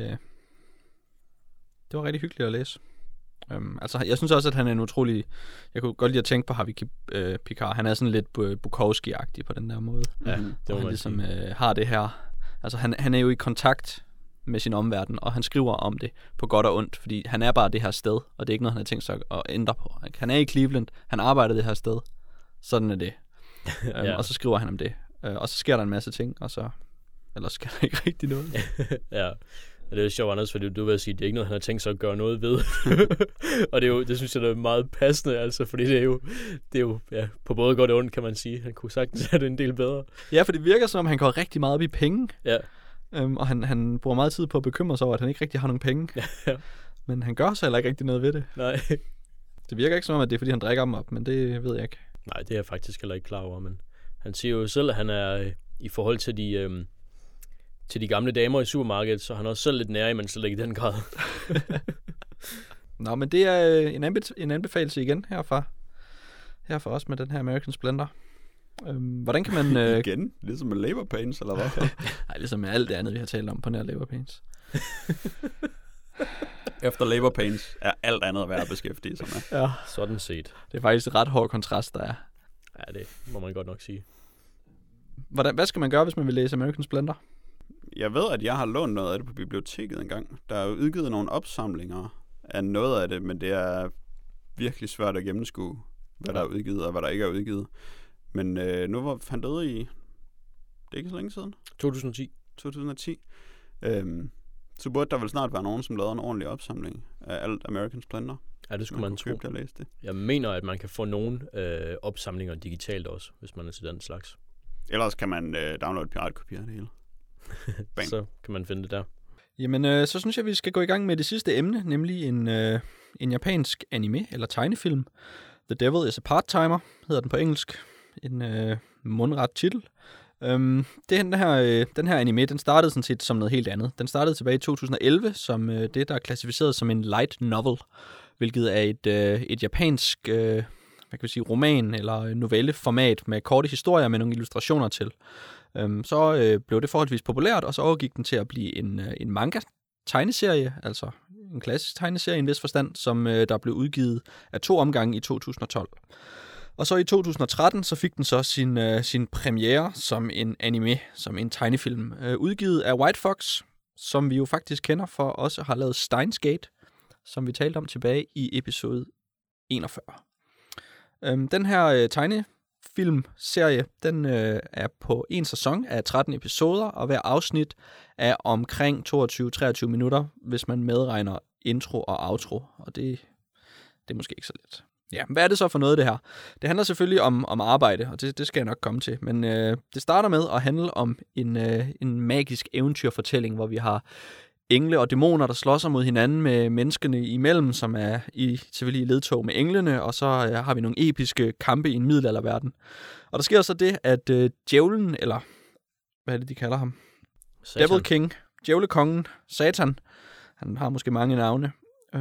rigtig hyggeligt at læse. Jeg synes også, at han er en utrolig... Jeg kunne godt lide at tænke på Harvey Picard. Han er sådan lidt Bukowski-agtig på den der måde. Ja, det han ligesom har det her... Altså, han er jo i kontakt med sin omverden, og han skriver om det på godt og ondt, fordi han er bare det her sted, og det er ikke noget, han har tænkt sig at ændre på. Han er i Cleveland, han arbejder det her sted. Sådan er det. Ja. Og så skriver han om det. Og så sker der en masse ting, og så... Ellers sker der ikke rigtig noget. Ja. Og det er sjovt, Anders, fordi du vil sige, at det er ikke noget, han har tænkt sig at gøre noget ved. Og det synes jeg, det er meget passende, altså, fordi det er jo på både godt og ondt, kan man sige. Han kunne sagtens have det en del bedre. Ja, for det virker som om, han går rigtig meget op i penge. Ja. Og han bruger meget tid på at bekymre sig over, at han ikke rigtig har nogen penge. Ja. Men han gør så heller ikke rigtig noget ved det. Nej. Det virker ikke som om, at det er, fordi han drikker dem op, men det ved jeg ikke. Nej, det er jeg faktisk heller ikke klar over, men han siger jo selv, at han er i forhold til de gamle damer i supermarkedet, så han er også selv lidt nære, men slet ikke i den grad. Nå, men det er en anbefalelse igen herfra os med den her American Splendor. Hvordan kan man... Igen? Ligesom med Labor Pains, eller hvad? Nej, ligesom med alt det andet, vi har talt om på nær Labor Pains. Efter Labor Pains er alt andet værd at beskæftige sig med. Ja, sådan set. Det er faktisk et ret hård kontrast, der er. Ja, det må man godt nok sige. Hvad skal man gøre, hvis man vil læse American Splendor? Jeg ved, at jeg har lånt noget af det på biblioteket engang. Der er jo udgivet nogle opsamlinger af noget af det, men det er virkelig svært at gennemskue, hvad der er udgivet og hvad der ikke er udgivet. Men nu var han døde i... Det er ikke så længe siden? 2010. Så burde der vel snart være nogen, som lavede en ordentlig opsamling af alt American Splendor. Ja, det skulle man tro. Det. Jeg mener, at man kan få nogle opsamlinger digitalt også, hvis man er til den slags. Ellers kan man downloade piratkopier af det hele. Så kan man finde det der. Jamen, så synes jeg, vi skal gå i gang med det sidste emne, nemlig en japansk anime eller tegnefilm. The Devil is a Part-Timer, hedder den på engelsk. En mundret titel. Den her anime, den startede sådan set som noget helt andet. Den startede tilbage i 2011 som det, der er klassificeret som en light novel, hvilket er et japansk roman- eller novelleformat med korte historier med nogle illustrationer til. Så blev det forholdsvis populært, og så overgik den til at blive en manga-tegneserie, altså en klassisk tegneserie i en vis forstand, som der blev udgivet af 2 omgange i 2012. Og så i 2013, så fik den så sin premiere som en anime, som en tegnefilm, udgivet af White Fox, som vi jo faktisk kender for også har lavet Steins Gate, som vi talte om tilbage i episode 41. Den her tegnefilmserie, den er på en sæson af 13 episoder, og hver afsnit er omkring 22-23 minutter, hvis man medregner intro og outro, og det er måske ikke så let. Ja, hvad er det så for noget, det her? Det handler selvfølgelig om arbejde, og det skal jeg nok komme til. Men det starter med at handle om en magisk eventyrfortælling, hvor vi har engle og dæmoner, der slår sig mod hinanden med menneskene imellem, som er selvfølgelig i ledtog med englene, og så har vi nogle episke kampe i en middelalderverden. Og der sker så det, at djævlen, eller hvad er det, de kalder ham? Satan. Devil King, djævlekongen, Satan, han har måske mange navne,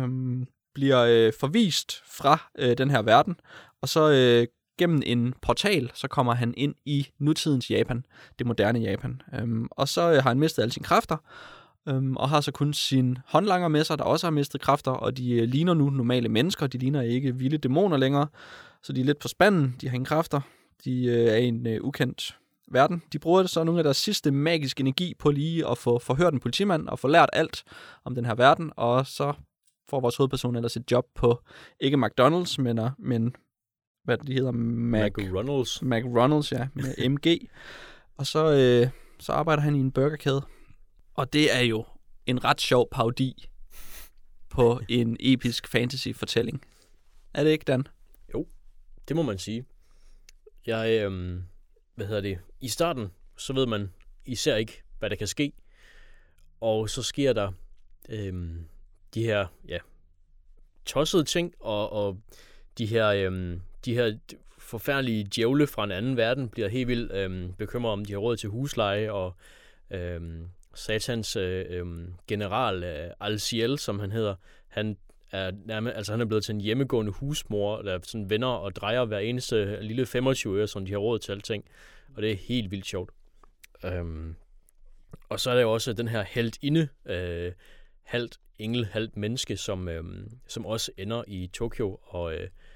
bliver forvist fra den her verden, og så gennem en portal, så kommer han ind i nutidens Japan, det moderne Japan. Og så har han mistet alle sine kræfter, og har så kun sin håndlanger med sig, der også har mistet kræfter, og de ligner nu normale mennesker, de ligner ikke vilde dæmoner længere, så de er lidt på spanden, de har ingen kræfter, de er i en ukendt verden. De bruger så nogle af deres sidste magiske energi på lige at få forhørt en politimand, og få lært alt om den her verden, og så får vores hovedperson ellers et job på, ikke McDonald's, men hvad de hedder? McRonald's. McRonald's, ja, med MG. Og så arbejder han i en burgerkæde. Og det er jo en ret sjov parodi på en episk fantasy-fortælling. Er det ikke, Dan? Jo, det må man sige. I starten, så ved man især ikke, hvad der kan ske. Og så sker der de her tossede ting, og de her forfærdelige djævle fra en anden verden bliver helt vildt bekymret om, de har råd til husleje, og Satans general Al-Ciel, som han hedder, han er blevet til en hjemmegående husmor, der sådan vender og drejer hver eneste lille 25 øre, som de har råd til alting. Og det er helt vildt sjovt. Og så er der jo også den her heltinde, halvt engel, halvt menneske, som også ender i Tokyo og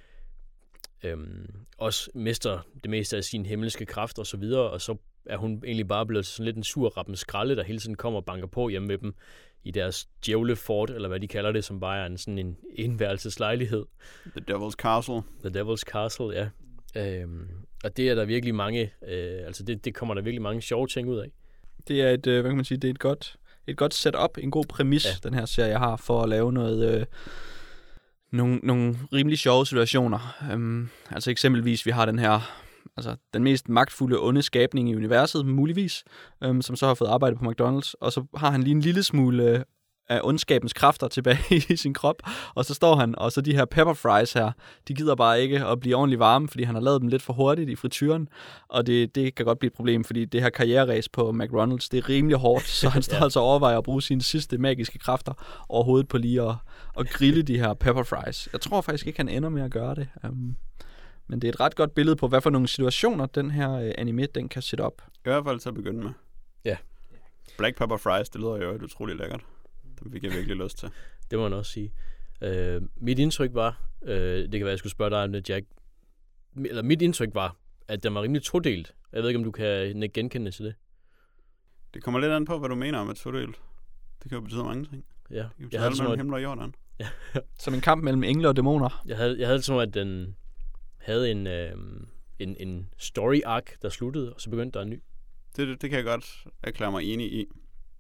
også mister det meste af sin himmelske kraft og så videre, og så er hun egentlig bare blevet sådan lidt en sur rappen skralde, der hele tiden kommer og banker på hjemme med dem i deres djævlefort, eller hvad de kalder det, som bare er sådan en enværelseslejlighed. The Devil's Castle. The Devil's Castle, ja. Og det er der virkelig mange, det kommer der virkelig mange sjove ting ud af. Det er et, hvad kan man sige, det er et godt setup, en god præmis, den her serie har for at lave noget, nogle rimelig sjove situationer. Altså eksempelvis, vi har den her, altså den mest magtfulde onde skabning i universet, muligvis, som så har fået arbejde på McDonald's, og så har han lige en lille smule af ondskabens kræfter tilbage i sin krop, og så står han, og så de her pepper fries her, de gider bare ikke at blive ordentligt varme, fordi han har lavet dem lidt for hurtigt i frityren, og det kan godt blive et problem, fordi det her karriereræs på McDonald's, det er rimelig hårdt, så han står altså og overvejer at bruge sine sidste magiske kræfter overhovedet på lige at grille de her pepper fries. Jeg tror faktisk ikke, han ender med at gøre det. Men det er et ret godt billede på, hvad for nogle situationer den her anime, den kan sætte op. I hvert fald til at begynde med. Ja. Black pepper fries, det lyder jo utroligt lækkert. Det fik jeg virkelig lyst til. Det må man også sige. Mit indtryk var, det kan være, jeg skulle spørge dig om det, Jack, eller mit indtryk var, at den var rimelig todelt. Jeg ved ikke, om du kan genkende til det. Det kommer lidt an på, hvad du mener med todelt. Det kan jo betyde mange ting. Ja. Det kan betyde alt mellem himmel og jorden. Ja. Som en kamp mellem engle og dæmoner. Jeg havde det som, at den havde en story arc, der sluttede, og så begyndte der en ny. Det kan jeg godt erklære mig enig i.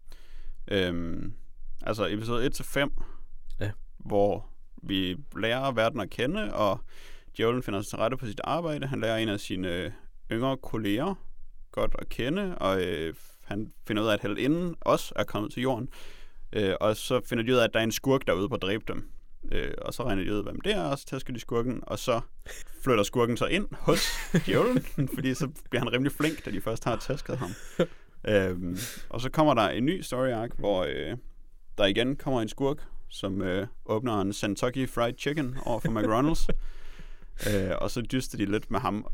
Altså episode 1-5, hvor vi lærer verden at kende, og djævlen finder sig til rette på sit arbejde. Han lærer en af sine yngre kolleger godt at kende, og han finder ud af, at heltinden også er kommet til jorden. Og så finder de ud af, at der er en skurk derude på at dræbe dem. Og så regner de ud, hvem det er, og så tæsker de skurken, og så flytter skurken så ind hos djævlen, fordi så bliver han rimelig flink, da de først har tæsket ham. Og så kommer der en ny story arc, hvor der igen kommer en skurk, som åbner en Kentucky Fried Chicken over for McDonald's. Og så dyster de lidt med ham.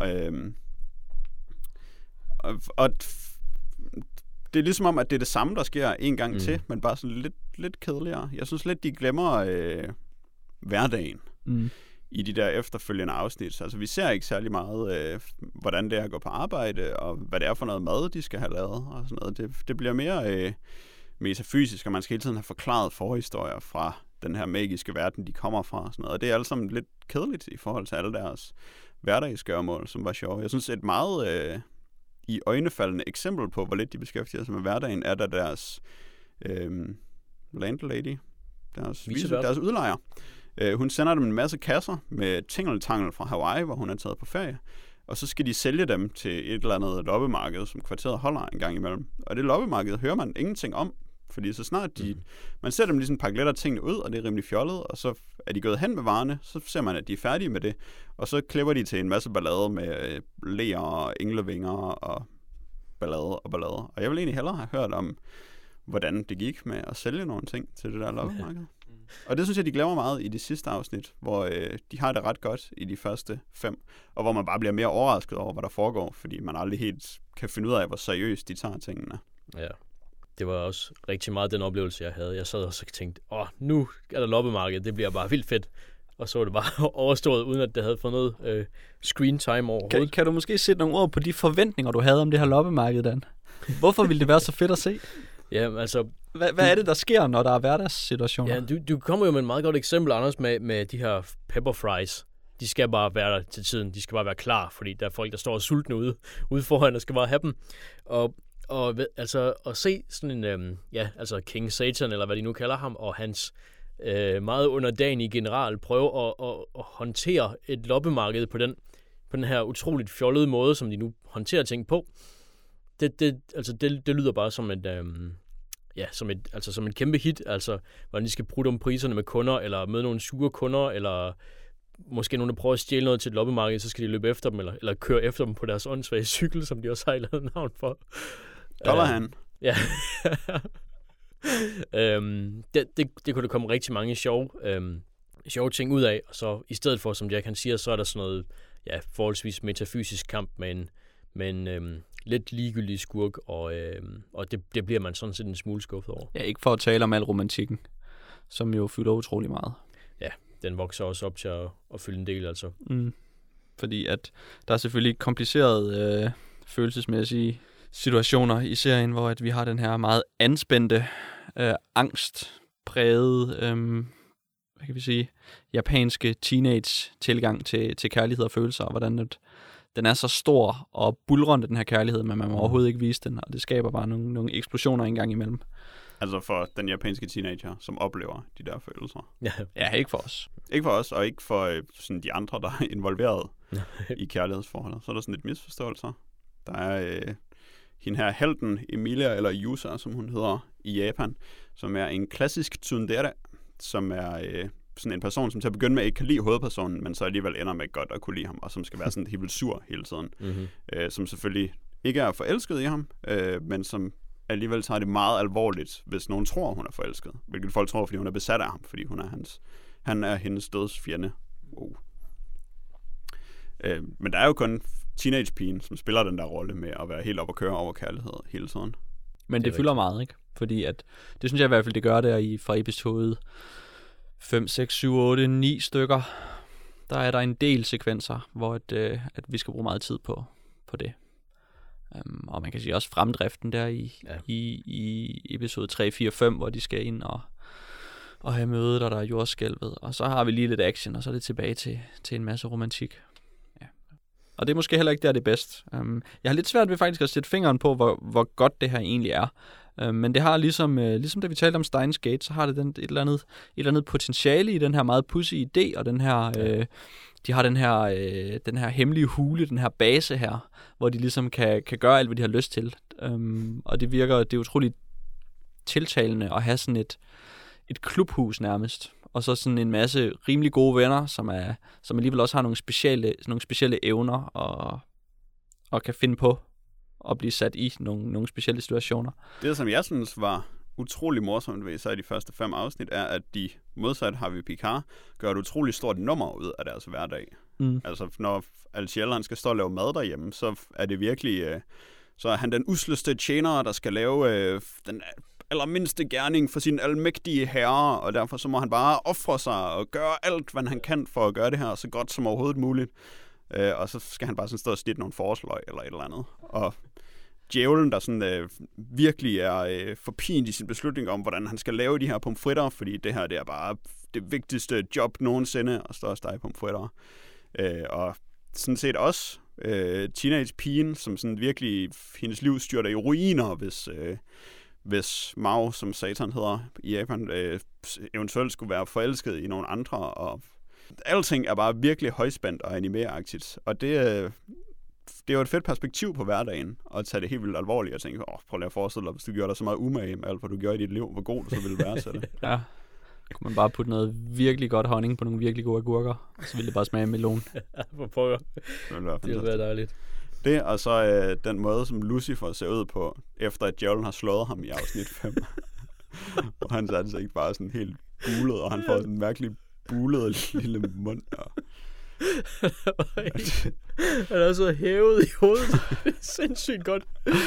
Og det er ligesom om, at det er det samme, der sker en gang til, men bare sådan lidt kedeligere. Jeg synes lidt, de glemmer hverdagen i de der efterfølgende afsnit. Altså, vi ser ikke særlig meget, hvordan det er at gå på arbejde, og hvad det er for noget mad, de skal have lavet, og sådan noget. Det bliver mere metafysisk, og man skal hele tiden have forklaret forhistorier fra den her magiske verden, de kommer fra, og sådan noget. Og det er alle sammen lidt kedeligt i forhold til alle deres hverdagsgøremål, som var sjove. Jeg synes, et meget i øjnefaldende eksempel på, hvor lidt de beskæftiger sig med hverdagen, er der deres landlady, deres udlejer. Hun sender dem en masse kasser med tingeltangel fra Hawaii, hvor hun er taget på ferie, og så skal de sælge dem til et eller andet loppemarked, som kvarteret holder en gang imellem. Og det loppemarked hører man ingenting om, fordi så snart man ser dem ligesom pakke lidt af tingene ud, og det er rimelig fjollet, og så er de gået hen med varerne, så ser man, at de er færdige med det, og så klipper de til en masse ballade med ler og englevinger og ballade. Og jeg vil egentlig hellere have hørt om, hvordan det gik med at sælge nogle ting til det der loppemarked. Og det synes jeg, de glemmer meget i de sidste afsnit, hvor de har det ret godt i de første 5, og hvor man bare bliver mere overrasket over, hvad der foregår, fordi man aldrig helt kan finde ud af, hvor seriøst de tager tingene. Ja, det var også rigtig meget den oplevelse, jeg havde. Jeg sad og så tænkte, nu er der loppemarked, det bliver bare vildt fedt. Og så var det bare overstået, uden at det havde fået noget screen time overhovedet. Kan du måske sætte nogle ord på de forventninger, du havde om det her loppemarked, Dan? Hvorfor ville det være så fedt at se? Ja, altså... Hvad er det, der sker, når der er hverdagssituationer? Ja, du kommer jo med et meget godt eksempel, Anders, med de her pepper fries. De skal bare være der til tiden. De skal bare være klar, fordi der er folk, der står og sultne ude foran, og skal bare have dem. Og altså at se sådan en, King Satan, eller hvad de nu kalder ham, og hans meget underdanige general prøve at håndtere et loppemarked på den her utroligt fjollede måde, som de nu håndterer ting på. Det lyder bare som som et kæmpe hit, altså hvordan de skal bruge om priserne med kunder, eller møde nogle sure kunder, eller måske nogen, der prøver at stjæle noget til et loppemarked, så skal de løbe efter dem, eller køre efter dem på deres åndssvage cykel, som de også har lavet navn for. Dollarhan. Ja. Det kunne der komme rigtig mange sjove ting ud af, og så i stedet for, som Jack han siger, så er der sådan noget forholdsvis metafysisk kamp med en lidt ligegyldig skurk, og det bliver man sådan set en smule skuffet over. Ja, ikke for at tale om al romantikken, som jo fylder utrolig meget. Ja, den vokser også op til at fylde en del, altså. Fordi at der er selvfølgelig komplicerede følelsesmæssige situationer i serien, hvor at vi har den her meget anspændte, angstprægede, hvad kan vi sige, japanske teenage-tilgang til kærlighed og følelser, og hvordan den er så stor og buldrende, den her kærlighed, men man må overhovedet ikke vise den, og det skaber bare nogle eksplosioner en gang imellem. Altså for den japanske teenager, som oplever de der følelser. Ja, ikke for os. Ikke for os, og ikke for sådan de andre, der er involveret i kærlighedsforholdet. Så er der sådan lidt misforståelser. Der er hende her helten, Emilia, eller Yusa, som hun hedder i Japan, som er en klassisk tsundere, som er sådan en person, som til at begynde med ikke kan lide hovedpersonen, men så alligevel ender med godt at kunne lide ham, og som skal være sådan helt vildt sur hele tiden. Som selvfølgelig ikke er forelsket i ham, men som alligevel tager det meget alvorligt, hvis nogen tror, hun er forelsket. Hvilket folk tror, fordi hun er besat af ham, fordi han er hendes dødsfjende. Men der er jo kun teenage-pigen, som spiller den der rolle med at være helt op og køre over kærlighed hele tiden. Men det fylder meget, ikke? Fordi at, det synes jeg i hvert fald, det gør der fra episode 5, 6, 7, 8, 9 stykker. Der er der en del sekvenser, hvor at vi skal bruge meget tid på det. Og man kan sige også fremdriften der i episode 3, 4, 5, hvor de skal ind og have mødet, og der er jordskælvet. Og så har vi lige lidt action, og så er det tilbage til en masse romantik. Ja. Og det er måske heller ikke der det bedst. Jeg har lidt svært ved faktisk at sætte fingeren på, hvor godt det her egentlig er. Men det har ligesom da vi talte om Steins Gate, så har det et eller andet potentiale i den her meget pussy idé, og den her... De har den her hemmelige hule, den her base her, hvor de ligesom kan gøre alt, hvad de har lyst til. Og det er utroligt tiltalende at have sådan et klubhus nærmest. Og så sådan en masse rimelig gode venner, som alligevel også har nogle specielle evner og kan finde på at blive sat i nogle specielle situationer. Det, som jeg synes var utrolig morsomt ved sig i de første 5 afsnit, er, at de modsat Harvey Picard gør et utroligt stort nummer ud af deres hverdag. Altså, når Altiel han skal stå og lave mad derhjemme, så er det virkelig... så er han den usleste tjener, der skal lave den allermindste gerning for sin almægtige herre, og derfor så må han bare ofre sig og gøre alt, hvad han kan for at gøre det her så godt som overhovedet muligt. Og så skal han bare sådan stå og snitte nogle forsløg eller et eller andet. Og djævlen, der sådan virkelig er forpint i sin beslutning om, hvordan han skal lave de her pomfritter, fordi det her, det er bare det vigtigste job nogensinde, at stå og stege pomfritter. Og sådan set også teenage-pigen, som sådan virkelig, hendes liv styrter i ruiner, hvis Mao, som Satan hedder i Japan, eventuelt skulle være forelsket i nogle andre, og alting er bare virkelig højspændt og anime-agtigt, og det er jo et fedt perspektiv på hverdagen, at tage det helt vildt alvorligt og tænke, prøv at forestille dig, hvis du gjorde dig så meget umage med alt, hvad du gjorde i dit liv, hvor god du så ville være til det. Ja, kunne man bare putte noget virkelig godt honning på nogle virkelig gode agurker, og så ville det bare smage melon. Ja, hvor prøver. Det ville være dejligt. Det, og så den måde, som Lucifer ser ud på, efter at djævlen har slået ham i afsnit 5. Og han er altså ikke bare sådan helt bulet, og han får sådan en mærkelig bulet lille mund. Og han er så hævet i hovedet. Det er sindssygt godt.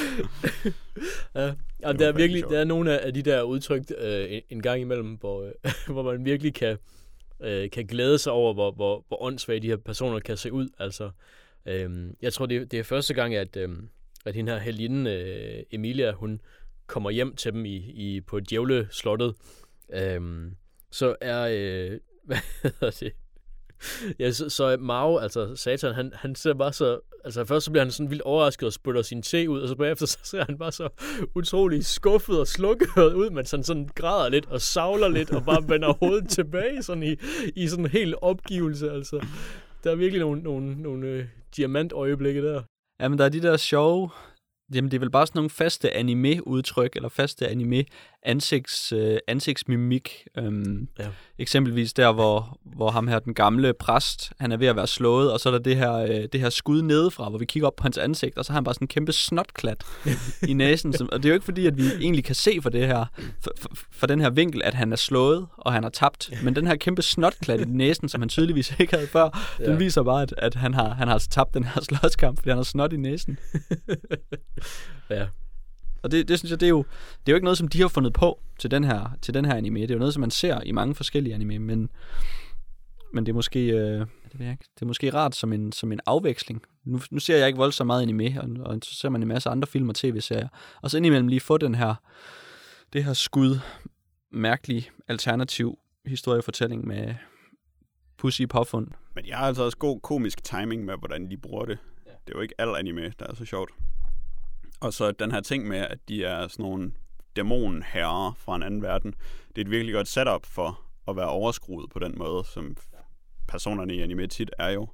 Ja, der er virkelig der er nogle af de der udtryk en gang imellem, hvor man virkelig kan glæde sig over, hvor åndssvage de her personer kan se ud. Altså, jeg tror, det er første gang, at hende her helinde, Emilia, hun kommer hjem til dem på djævleslottet. Så er... hvad hedder det? Ja, så Mao, altså Satan, han ser bare så... Altså først så bliver han sådan vildt overrasket og spytter sin te ud, og så bagefter så ser han bare så utrolig skuffet og slukket ud, men sådan græder lidt og savler lidt og bare vender hovedet tilbage sådan i sådan en hel opgivelse, altså. Der er virkelig nogle diamantøjeblikke der. Jamen, der er de der sjove... Jamen, det er vel bare sådan nogle faste anime-udtryk, eller faste anime ansigtsmimik. Eksempelvis der, hvor ham her, den gamle præst, han er ved at være slået, og så er der det her skud nedefra, hvor vi kigger op på hans ansigt, og så har han bare sådan en kæmpe snotklat i næsen. Og det er jo ikke fordi, at vi egentlig kan se for det her, for den her vinkel, at han er slået, og han har tabt. Men den her kæmpe snotklat i næsen, som han tydeligvis ikke havde før, den viser bare, at han har altså tabt den her slåskamp, fordi han har snot i næsen. Ja. Og det synes jeg, det er jo ikke noget, som de har fundet på til den her anime. Det er jo noget, som man ser i mange forskellige anime, men det er måske det er måske rart som en afveksling. Nu ser jeg ikke voldsomt meget anime, og så ser man en masse andre film og tv-serier. Og så indimellem lige få det her skud, mærkelig alternativ historiefortælling med pudsige påfund. Men jeg har altså også god komisk timing med, hvordan de bruger det. Ja. Det er jo ikke al anime, der er så sjovt. Og så den her ting med, at de er sådan nogle dæmonherrer fra en anden verden. Det er et virkelig godt setup for at være overskruet på den måde, som personerne i anime tit er jo.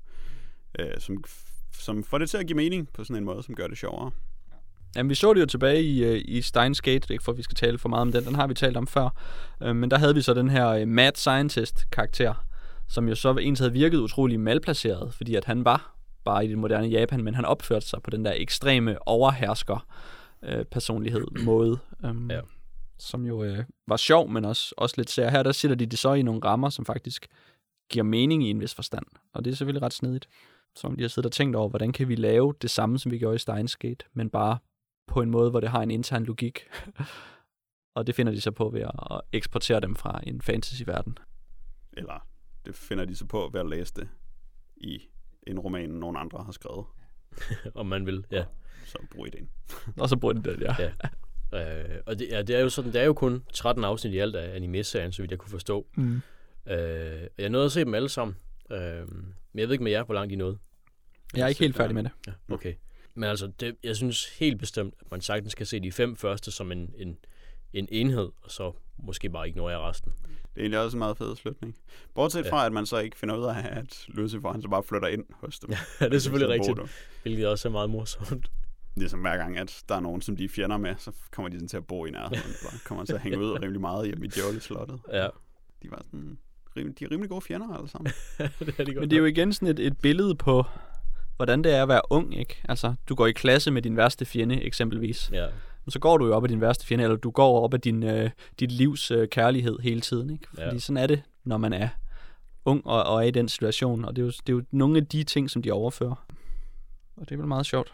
Som får det til at give mening på sådan en måde, som gør det sjovere. Jamen, vi så det jo tilbage i Steins Gate, ikke for at vi skal tale for meget om den. Den har vi talt om før. Men der havde vi så den her mad scientist-karakter, som jo så egentlig havde virket utrolig malplaceret, fordi at han var bare i det moderne Japan, men han opførte sig på den der ekstreme overhersker personlighed måde, som jo var sjov, men også lidt sær. Her der sætter de det så i nogle rammer, som faktisk giver mening i en vis forstand, og det er selvfølgelig ret snedigt. Som de har siddet og tænkt over, hvordan kan vi lave det samme, som vi gjorde i Steins Gate, men bare på en måde, hvor det har en intern logik. Og det finder de så på ved at eksportere dem fra en fantasyverden. Eller det finder de så på ved at læse det i en roman, nogen andre har skrevet. Om man vil, ja. Så brug ideen. Og så brug den, ja. Og det er jo sådan, der er jo kun 13 afsnit i alt af anime-serien, så vidt jeg kunne forstå. Jeg nåede at se dem alle sammen. Men jeg ved ikke med jer, hvor langt de nåede. Jeg er ikke helt færdig med det. Ja, okay. Men altså, jeg synes helt bestemt, at man sagtens skal se de 5 første som en enhed, og så måske bare ignorere resten. Det er egentlig også en meget fed slutning. Bortset fra, at man så ikke finder ud af, at Lucifer han så bare flytter ind hos dem. Ja, det er selvfølgelig rigtigt, hvilket også er meget morsomt. Ligesom hver gang, at der er nogen, som de er fjender med, så kommer de sådan til at bo i nærheden. Så kommer til at hænge ud rimelig meget hjemme i Djævleslottet. Ja. De var sådan... De er rimelig gode fjender alle sammen. Det er de godt. Men det er jo igen sådan et billede på, hvordan det er at være ung, ikke? Altså, du går i klasse med din værste fjende, eksempelvis. Ja. Og så går du jo op af din værste fjende, eller du går op af dit livs kærlighed hele tiden, ikke? Fordi sådan er det, når man er ung og er i den situation. Og det er jo nogle af de ting, som de overfører. Og det er vel meget sjovt.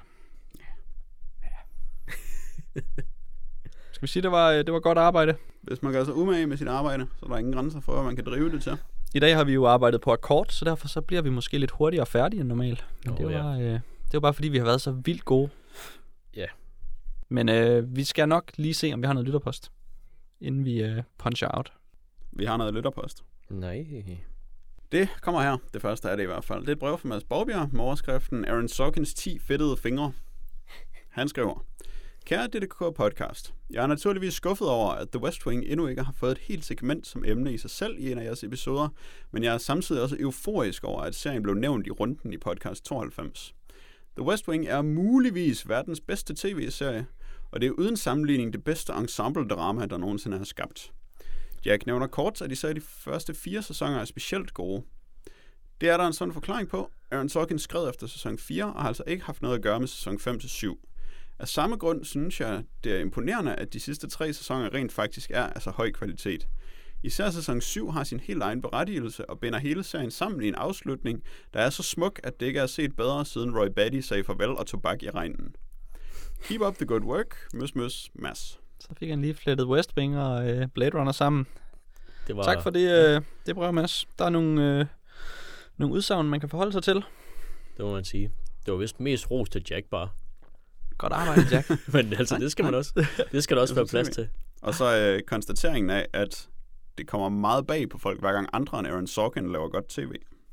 Skal vi sige, det var godt arbejde? Hvis man gør sig umage med sit arbejde, så er der ingen grænser for, hvad man kan drive det til. I dag har vi jo arbejdet på akkord, så derfor så bliver vi måske lidt hurtigere færdige end normalt. Men det var bare fordi, vi har været så vildt gode. Ja. Men vi skal nok lige se, om vi har noget lytterpost, inden vi puncher out. Vi har noget lytterpost. Nej. Det kommer her. Det første er det i hvert fald. Det er et brev fra Mads Borgbjerg med overskriften Aaron Sorkins 10 fedtede fingre. Han skriver: Kære DDK podcast, jeg er naturligvis skuffet over, at The West Wing endnu ikke har fået et helt segment som emne i sig selv i en af jeres episoder, men jeg er samtidig også euforisk over, at serien blev nævnt i runden i podcast 92. The West Wing er muligvis verdens bedste tv-serie, og det er uden sammenligning det bedste ensemble-drama, der nogensinde er skabt. Jack nævner kort, at de første 4 sæsoner er specielt gode. Det er der en sådan forklaring på. Aaron Sorkin skrev efter sæson 4 og har altså ikke haft noget at gøre med sæson 5-7. Af samme grund synes jeg, det er imponerende, at de sidste 3 sæsoner rent faktisk er af så høj kvalitet. Især sæson 7 har sin helt egen berettigelse og binder hele serien sammen i en afslutning, der er så smuk, at det ikke er set bedre siden Roy Batty sagde farvel og tobak i regnen. Keep up the good work. Møs, Mads. Så fik han lige flettet West Wing og Blade Runner sammen. Det var... Tak for det brev, Mads. Der er nogle udsagn, man kan forholde sig til. Det må man sige. Det var vist mest ros til Jack bare. Godt arbejde, Jack. Men altså, det skal man også. Det skal der også være plads til. Og så konstateringen af, at det kommer meget bag på folk, hver gang andre end Aaron Sorkin laver godt tv.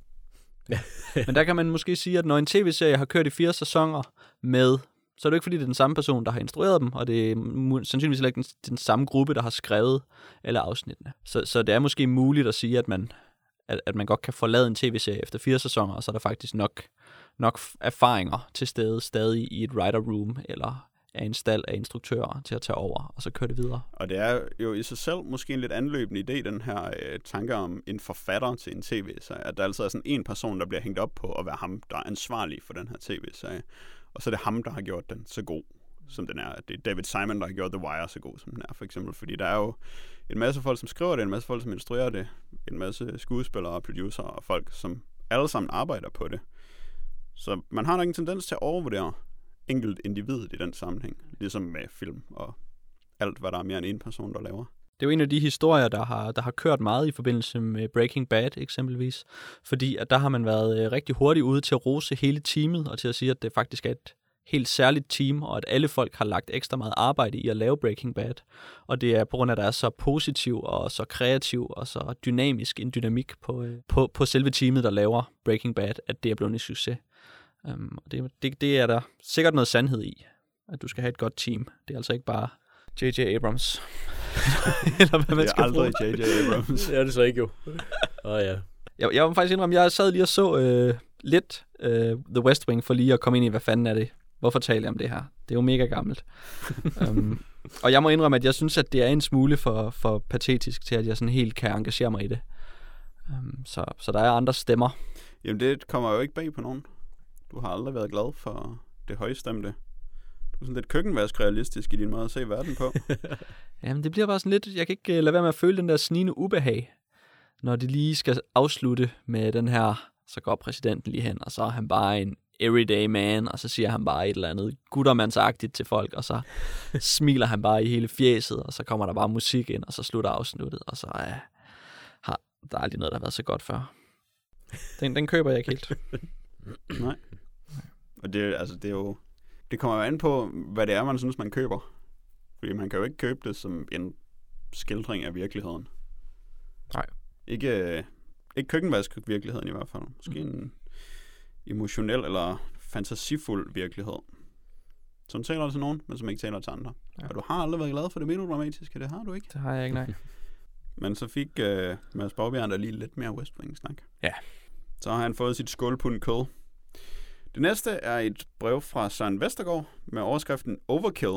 Men der kan man måske sige, at når en tv-serie har kørt i 4 sæsoner med, så er det ikke fordi, det er den samme person, der har instrueret dem, og det er sandsynligvis ikke den samme gruppe, der har skrevet alle afsnittene. Så det er måske muligt at sige, at man godt kan forlade en tv-serie efter 4 sæsoner, og så er der faktisk nok erfaringer til stede stadig i et writer room, eller af en stald af instruktører til at tage over, og så køre det videre. Og det er jo i sig selv måske en lidt anløbende idé, den her tanke om en forfatter til en tv-serie. At der altså er sådan en person, der bliver hængt op på at være ham, der er ansvarlig for den her tv-serie. Og så er det ham, der har gjort den så god, som den er. Det er David Simon, der har gjort The Wire så god, som den er, for eksempel. Fordi der er jo en masse folk, som skriver det, en masse folk, som instruerer det, en masse skuespillere og producer og folk, som alle sammen arbejder på det. Så man har nok en tendens til at overvurdere enkelt individet i den sammenhæng, ligesom med film og alt, hvad der er mere end en person, der laver. Det er jo en af de historier, der har kørt meget i forbindelse med Breaking Bad eksempelvis, fordi at der har man været rigtig hurtigt ude til at rose hele teamet, og til at sige, at det faktisk er et helt særligt team, og at alle folk har lagt ekstra meget arbejde i at lave Breaking Bad. Og det er på grund af, at der er så positiv og så kreativ og så dynamisk en dynamik på selve teamet, der laver Breaking Bad, at det er blevet en succes. Det er der sikkert noget sandhed i, at du skal have et godt team. Det er altså ikke bare J.J. Abrams. Eller hvad man skal bruge. Det er aldrig J.J. Abrams. Det er det så ikke jo. Ja. Jeg må faktisk indrømme, jeg sad lige og så lidt The West Wing, for lige at komme ind i, hvad fanden er det? Hvorfor taler jeg om det her? Det er jo mega gammelt. Og jeg må indrømme, at jeg synes, at det er en smule for patetisk til, at jeg sådan helt kan engagere mig i det. Så der er andre stemmer. Jamen, det kommer jo ikke bag på nogen. Du har aldrig været glad for det højstemte. Du er sådan lidt køkkenvask-realistisk i din måde at se verden på. Jamen, det bliver bare sådan lidt... Jeg kan ikke lade være med at føle den der snigende ubehag, når de lige skal afslutte med den her... Så går præsidenten lige hen, og så er han bare en everyday man, og så siger han bare et eller andet guttermandsagtigt til folk, og så smiler han bare i hele fjeset, og så kommer der bare musik ind, og så slutter afsnittet, og så har der aldrig noget, der har været så godt før. Den køber jeg ikke helt. Nej. Og det er jo... Det kommer jo an på, hvad det er, man synes, man køber. Fordi man kan jo ikke købe det som en skildring af virkeligheden. Nej. Ikke køkkenvask-virkeligheden i hvert fald. Måske en emotionel eller fantasifuld virkelighed. Som taler til nogen, men som ikke taler til andre. Ja. Og du har aldrig været glad for det melodramatiske, det har du ikke? Det har jeg ikke, nej. Men så fik Mads Baubjerg der lige lidt mere West Wing-snak. Ja. Så har han fået sit skålpund kød. Det næste er et brev fra Søren Vestergaard med overskriften Overkill?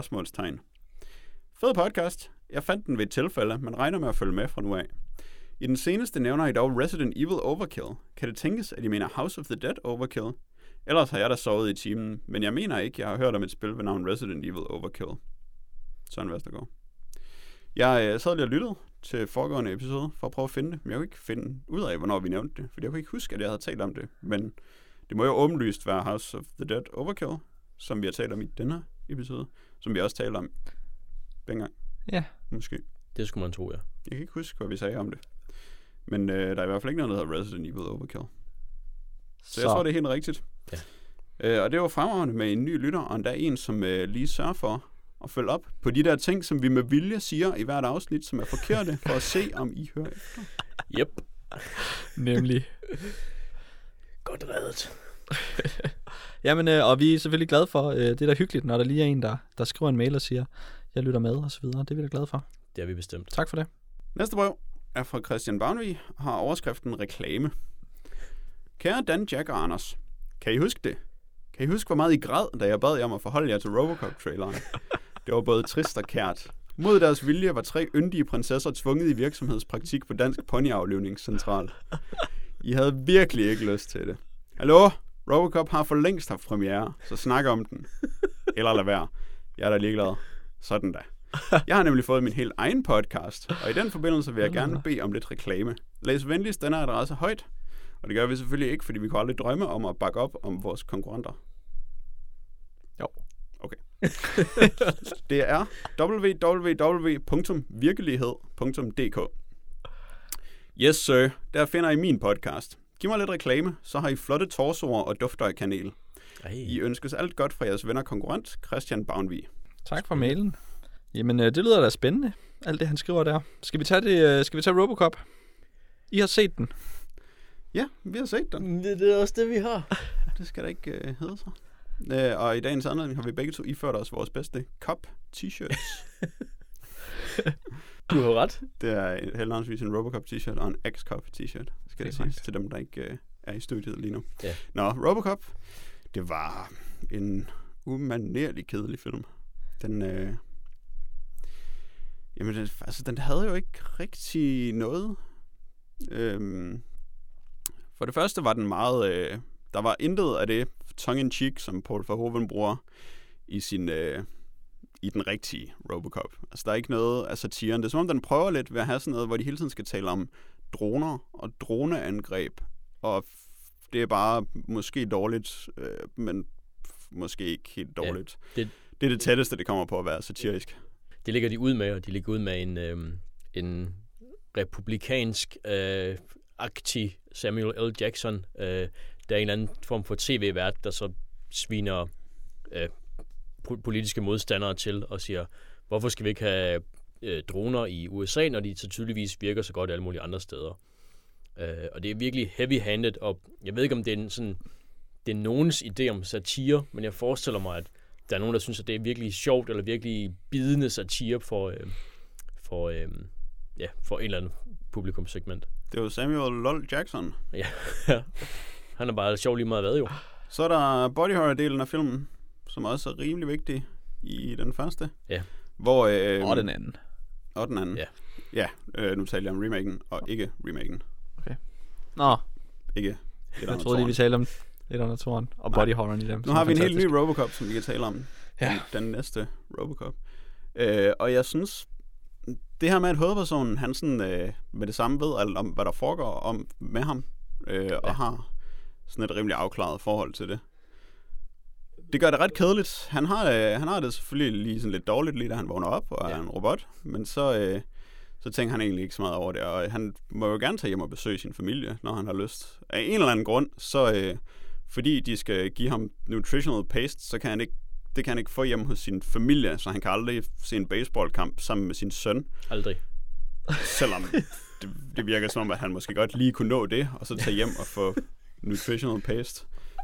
Fed podcast. Jeg fandt den ved et tilfælde, men regner med at følge med fra nu af. I den seneste nævner I dog Resident Evil Overkill. Kan det tænkes, at I mener House of the Dead Overkill? Ellers har jeg da sovet i timen, men jeg mener ikke, jeg har hørt om et spil ved navn Resident Evil Overkill. Søren Vestergaard. Jeg sad lige og lyttede til foregående episode for at prøve at finde det, men jeg kunne ikke finde ud af, hvornår vi nævnte det, for jeg kunne ikke huske, at jeg havde talt om det, men det må jo åbenlyst være House of the Dead Overkill, som vi har talt om i denne episode, som vi også talte om dengang. Ja. Måske. Det skulle man tro, ja. Jeg kan ikke huske, hvad vi sagde om det. Men der er i hvert fald ikke noget, der hedder Resident Evil Overkill. Så jeg tror, det er helt rigtigt. Ja. Og det var fremragende med en ny lytter, og endda en, som lige sørger for at følge op på de der ting, som vi med vilje siger i hvert afsnit, som er forkerte, for at se, om I hører efter. Yep. Nemlig. Godt reddet. Jamen, og vi er selvfølgelig glade for, det er da hyggeligt, når der lige er en, der skriver en mail og siger, jeg lytter med, og så videre. Det er vi da glade for. Det er vi bestemt. Tak for det. Næste brev er fra Christian Barnvig og har overskriften reklame. Kære Dan, Jack og Anders, kan I huske det? Kan I huske, hvor meget I græd, da jeg bad jer om at forholde jer til Robocop-traileren? Det var både trist og kært. Mod deres vilje var 3 yndige prinsesser tvunget i virksomhedspraktik på Dansk Ponyaflivningscentral. I havde virkelig ikke lyst til det. Hallo? Robocop har for længst haft premiere, så snak om den. Eller lad være. Jeg er da ligeglad. Sådan da. Jeg har nemlig fået min helt egen podcast, og i den forbindelse vil jeg gerne bede om lidt reklame. Læs venligst denne adresse højt, og det gør vi selvfølgelig ikke, fordi vi kan aldrig drømme om at bakke op om vores konkurrenter. Jo. Okay. Det er www.virkelighed.dk. Yes, sir. Der finder I min podcast. Giv mig lidt reklame, så har I flotte torsoer og dufter af kanel. I ønskes alt godt fra jeres venner konkurrent, Christian Barnvig. Tak for mailen. Jamen, det lyder da spændende, alt det han skriver der. Skal vi tage Robocop? I har set den? Ja, vi har set den. Det er også det, vi har. Det skal da ikke hedde sig. Og i dagens anledning har vi begge to iført os vores bedste Cop t-shirts. Du har ret. Det er heldigvis en Robocop t-shirt og en X-Cop t-shirt, skal det siges til dem, der ikke er i studiet lige nu. Ja. Nå, Robocop, det var en umanerlig kedelig film. Den, den havde jo ikke rigtig noget. For det første var den meget... der var intet af det tongue-in-cheek, som Paul Verhoeven bruger i sin... i den rigtige Robocop. Altså, der er ikke noget af satiren. Det er som om, den prøver lidt ved at have sådan noget, hvor de hele tiden skal tale om droner og droneangreb. Og det er bare måske dårligt, men måske ikke helt dårligt. Ja, det er det tætteste, det kommer på at være satirisk. Det ligger de ud med, og de ligger ud med en republikansk aktiv Samuel L. Jackson. Der er en eller anden form for tv-vært, der så sviner politiske modstandere til og siger, hvorfor skal vi ikke have droner i USA, når de så tydeligvis virker så godt alle mulige andre steder. Og det er virkelig heavy-handed, og jeg ved ikke, om det er nogens idé om satire, men jeg forestiller mig, at der er nogen, der synes, at det er virkelig sjovt, eller virkelig bidende satire for en eller anden publikumssegment. Det er jo Samuel L. Jackson. Ja, han er bare sjov lige meget hvad jo. Så er der body horror-delen af filmen, som også er rimelig vigtig i den første. Ja. Hvor, og den anden. Og den anden. Ja. Ja, nu taler jeg om remaken, og ikke remaken. Okay. Nå. Ikke. Jeg troede lige, vi talte om et under toren, og body horroren i dem. Nu har vi en helt ny Robocop, som vi kan tale om. Ja. Den næste Robocop. Og jeg synes, det her med, at hovedpersonen, han sådan, med det samme ved alt om, hvad der foregår om med ham, og har sådan et rimelig afklaret forhold til det. Det gør det ret kedeligt. Han har det selvfølgelig lige sådan lidt dårligt, lige da han vågner op og er en robot, men så tænker han egentlig ikke så meget over det, og han må jo gerne tage hjem og besøge sin familie, når han har lyst. Af en eller anden grund, så fordi de skal give ham nutritional paste, så kan han ikke få hjem hos sin familie, så han kan aldrig se en baseballkamp sammen med sin søn. Aldrig. Selvom det virker som om, at han måske godt lige kunne nå det, og så tage hjem og få nutritional paste.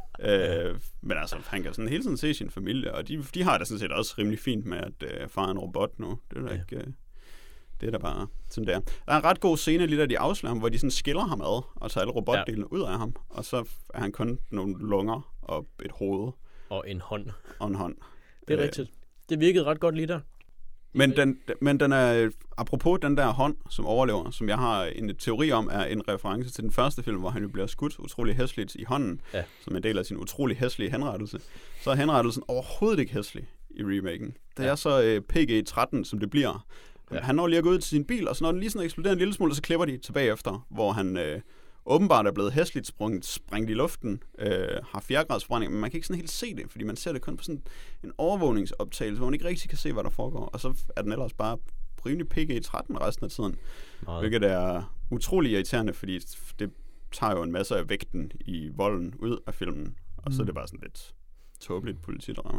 Men altså, han kan sådan hele tiden se sin familie, og de har det sådan set også rimelig fint med, at far er en robot nu. Det er da ikke... Det er da bare sådan der. Der er en ret god scene lige da de afslører ham, hvor de sådan skiller ham ad og tager alle robotdelene ud af ham, og så er han kun nogle lunger og et hoved. Og en hånd. Det er rigtigt. Det virkede ret godt lige der. Men den er, apropos den der hånd, som overlever, som jeg har en teori om, er en reference til den første film, hvor han jo bliver skudt utrolig hæsligt i hånden, som en del af sin utrolig hæslige henrettelse. Så er henrettelsen overhovedet ikke hæslig i remaken. Det er så PG-13, som det bliver. Ja. Han når lige at gå ud til sin bil, og så når den lige sådan eksploderer en lille smule, så klipper de tilbage efter, hvor han åbenbart er blevet hæsligt sprængt i luften, har fjerdegradsbrænding, men man kan ikke sådan helt se det, fordi man ser det kun på sådan en overvågningsoptagelse, hvor man ikke rigtig kan se, hvad der foregår, og så er den ellers bare rimelig PG-13 resten af tiden, hvilket er utrolig irriterende, fordi det tager jo en masse af vægten i volden ud af filmen, og så er det bare sådan lidt tåbeligt politidrama.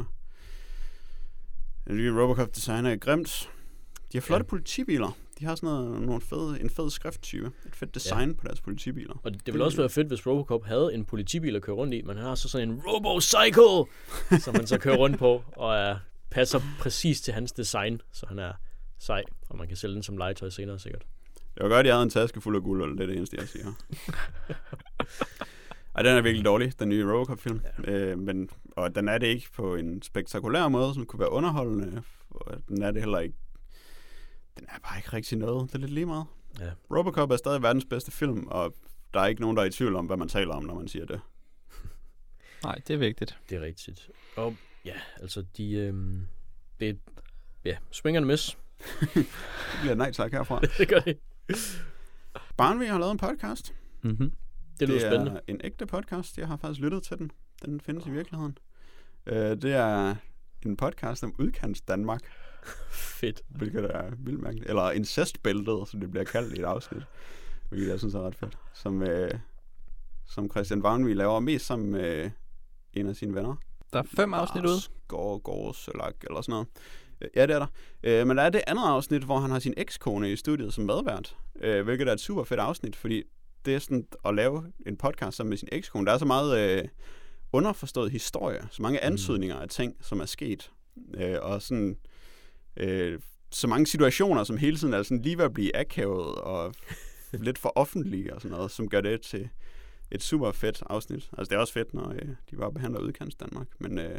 Den nye Robocop-designer er grimt. De har flotte politibiler. De har sådan en fed skrifttype. Et fedt design på deres politibiler. Og det ville også være fedt, hvis Robocop havde en politibil at køre rundt i. Man har så sådan en Robocycle, som man så kører rundt på, og passer præcis til hans design, så han er sej, og man kan sælge den som legetøj senere sikkert. Det var godt, at jeg havde en taske fuld af guld, eller det er det eneste, jeg siger. Ej, den er virkelig dårlig, den nye Robocop-film. Ja. Og den er det ikke på en spektakulær måde, som kunne være underholdende. Og den er det heller ikke. Den er bare ikke rigtig noget. Det er lidt lige meget. Ja. Robocop er stadig verdens bedste film, og der er ikke nogen, der er i tvivl om, hvad man taler om, når man siger det. Nej, det er vigtigt. Det er rigtigt. Og ja, altså swing and miss. Det bliver nej tak herfra. Det gør det. Barnvig har lavet en podcast. Mm-hmm. Det lyder spændende. Det er en ægte podcast. Jeg har faktisk lyttet til den. Den findes i virkeligheden. Det er en podcast om udkants Danmark. Fedt. Hvilket er vildt mærkeligt. Eller incestbæltet, som det bliver kaldt i et afsnit. Hvilket jeg synes er ret fedt. Som Christian Vagnvig laver mest sammen med en af sine venner. Der er 5 afsnit ude. Gårdsølak eller sådan noget. Ja, det er der. Men der er det andet afsnit, hvor han har sin ekskone i studiet som medvært. Hvilket er et super fedt afsnit, fordi det er sådan at lave en podcast sammen med sin ekskone. Der er så meget underforstået historie. Så mange antydninger af ting, som er sket. Og sådan... så mange situationer, som hele tiden er sådan lige ved at blive akavet og lidt for offentlige og sådan noget, som gør det til et super fedt afsnit. Altså det er også fedt, når de bare behandler udkants Danmark, men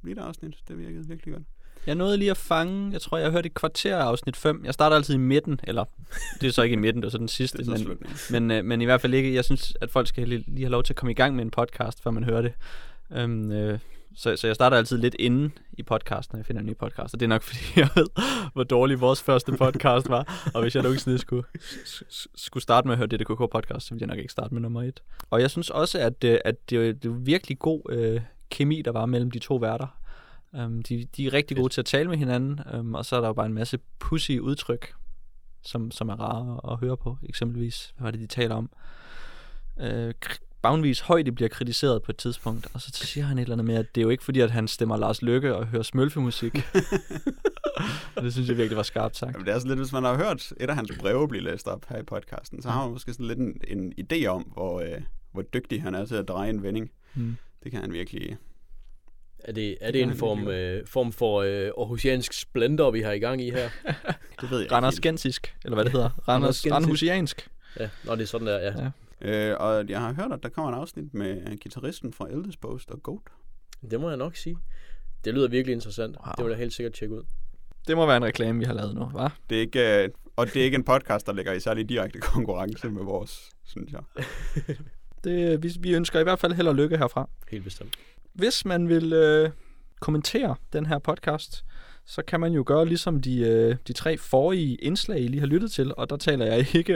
afsnit. Det virkede virkelig godt. Jeg nåede lige at fange, jeg tror, jeg hørte et kvarter af afsnit 5. Jeg starter altid i midten, eller det er så ikke i midten, det er så den sidste. Det er så men i hvert fald ikke, jeg synes, at folk skal lige have lov til at komme i gang med en podcast, før man hører det. Så jeg starter altid lidt inden i podcasten, når jeg finder en ny podcast. Og det er nok, fordi jeg ved, hvor dårlig vores første podcast var. Og hvis jeg nogensinde skulle starte med at høre DDKK-podcast, så ville jeg nok ikke starte med nummer 1. Og jeg synes også, at det er virkelig god kemi, der var mellem de to værter. De er rigtig gode til at tale med hinanden, og så er der jo bare en masse pussy udtryk, som er rare at høre på. Eksempelvis, hvad var det, de taler om? Boundvis Højde bliver kritiseret på et tidspunkt, og så siger han et eller andet med, at det er jo ikke fordi, at han stemmer Lars Løkke og hører smølfemusik. Det synes jeg virkelig var skarpt sagt. Jamen, det er sådan lidt, hvis man har hørt et af hans breve blive læst op her i podcasten, så har man måske sådan lidt en idé om, hvor dygtig han er til at dreje en vending. Det kan han virkelig. Er det en form for aarhusiansk splendor, vi har i gang i her? Det ved jeg Randersgensisk, eller hvad det hedder. Randerhusiansk. Ja, når det er sådan der, ja. Og jeg har hørt, at der kommer en afsnit med guitaristen fra Eldest og Goat. Det må jeg nok sige. Det lyder virkelig interessant. Wow. Det vil jeg helt sikkert tjekke ud. Det må være en reklame, vi har lavet nu, hva'? Det er ikke, og det er ikke en podcast, der ligger i særlig direkte konkurrence med vores, synes jeg. Vi ønsker i hvert fald held og lykke herfra. Helt bestemt. Hvis man vil kommentere den her podcast, så kan man jo gøre ligesom de 3 forrige indslag, I lige har lyttet til, og der taler jeg ikke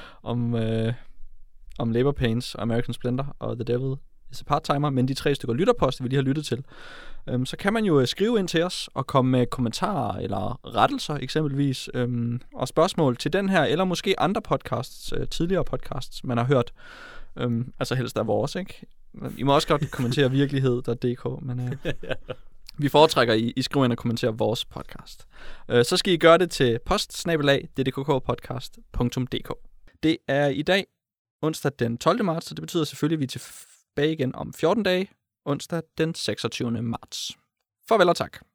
om Labor Pains, American Splendor og The Devil is a Part-Timer, men de 3 stykker lytterpost, vi lige har lyttet til. Så kan man jo skrive ind til os og komme med kommentarer eller rettelser eksempelvis, og spørgsmål til den her, eller måske andre podcasts, tidligere podcasts, man har hørt. Altså helst af vores, ikke? I må også godt kommentere virkelighed.dk, men vi foretrækker, I skriver ind og kommenterer vores podcast. Så skal I gøre det til post@ddkkpodcast.dk. Det er i dag onsdag den 12. marts, så det betyder selvfølgelig, at vi er tilbage igen om 14 dage, onsdag den 26. marts. Farvel og tak.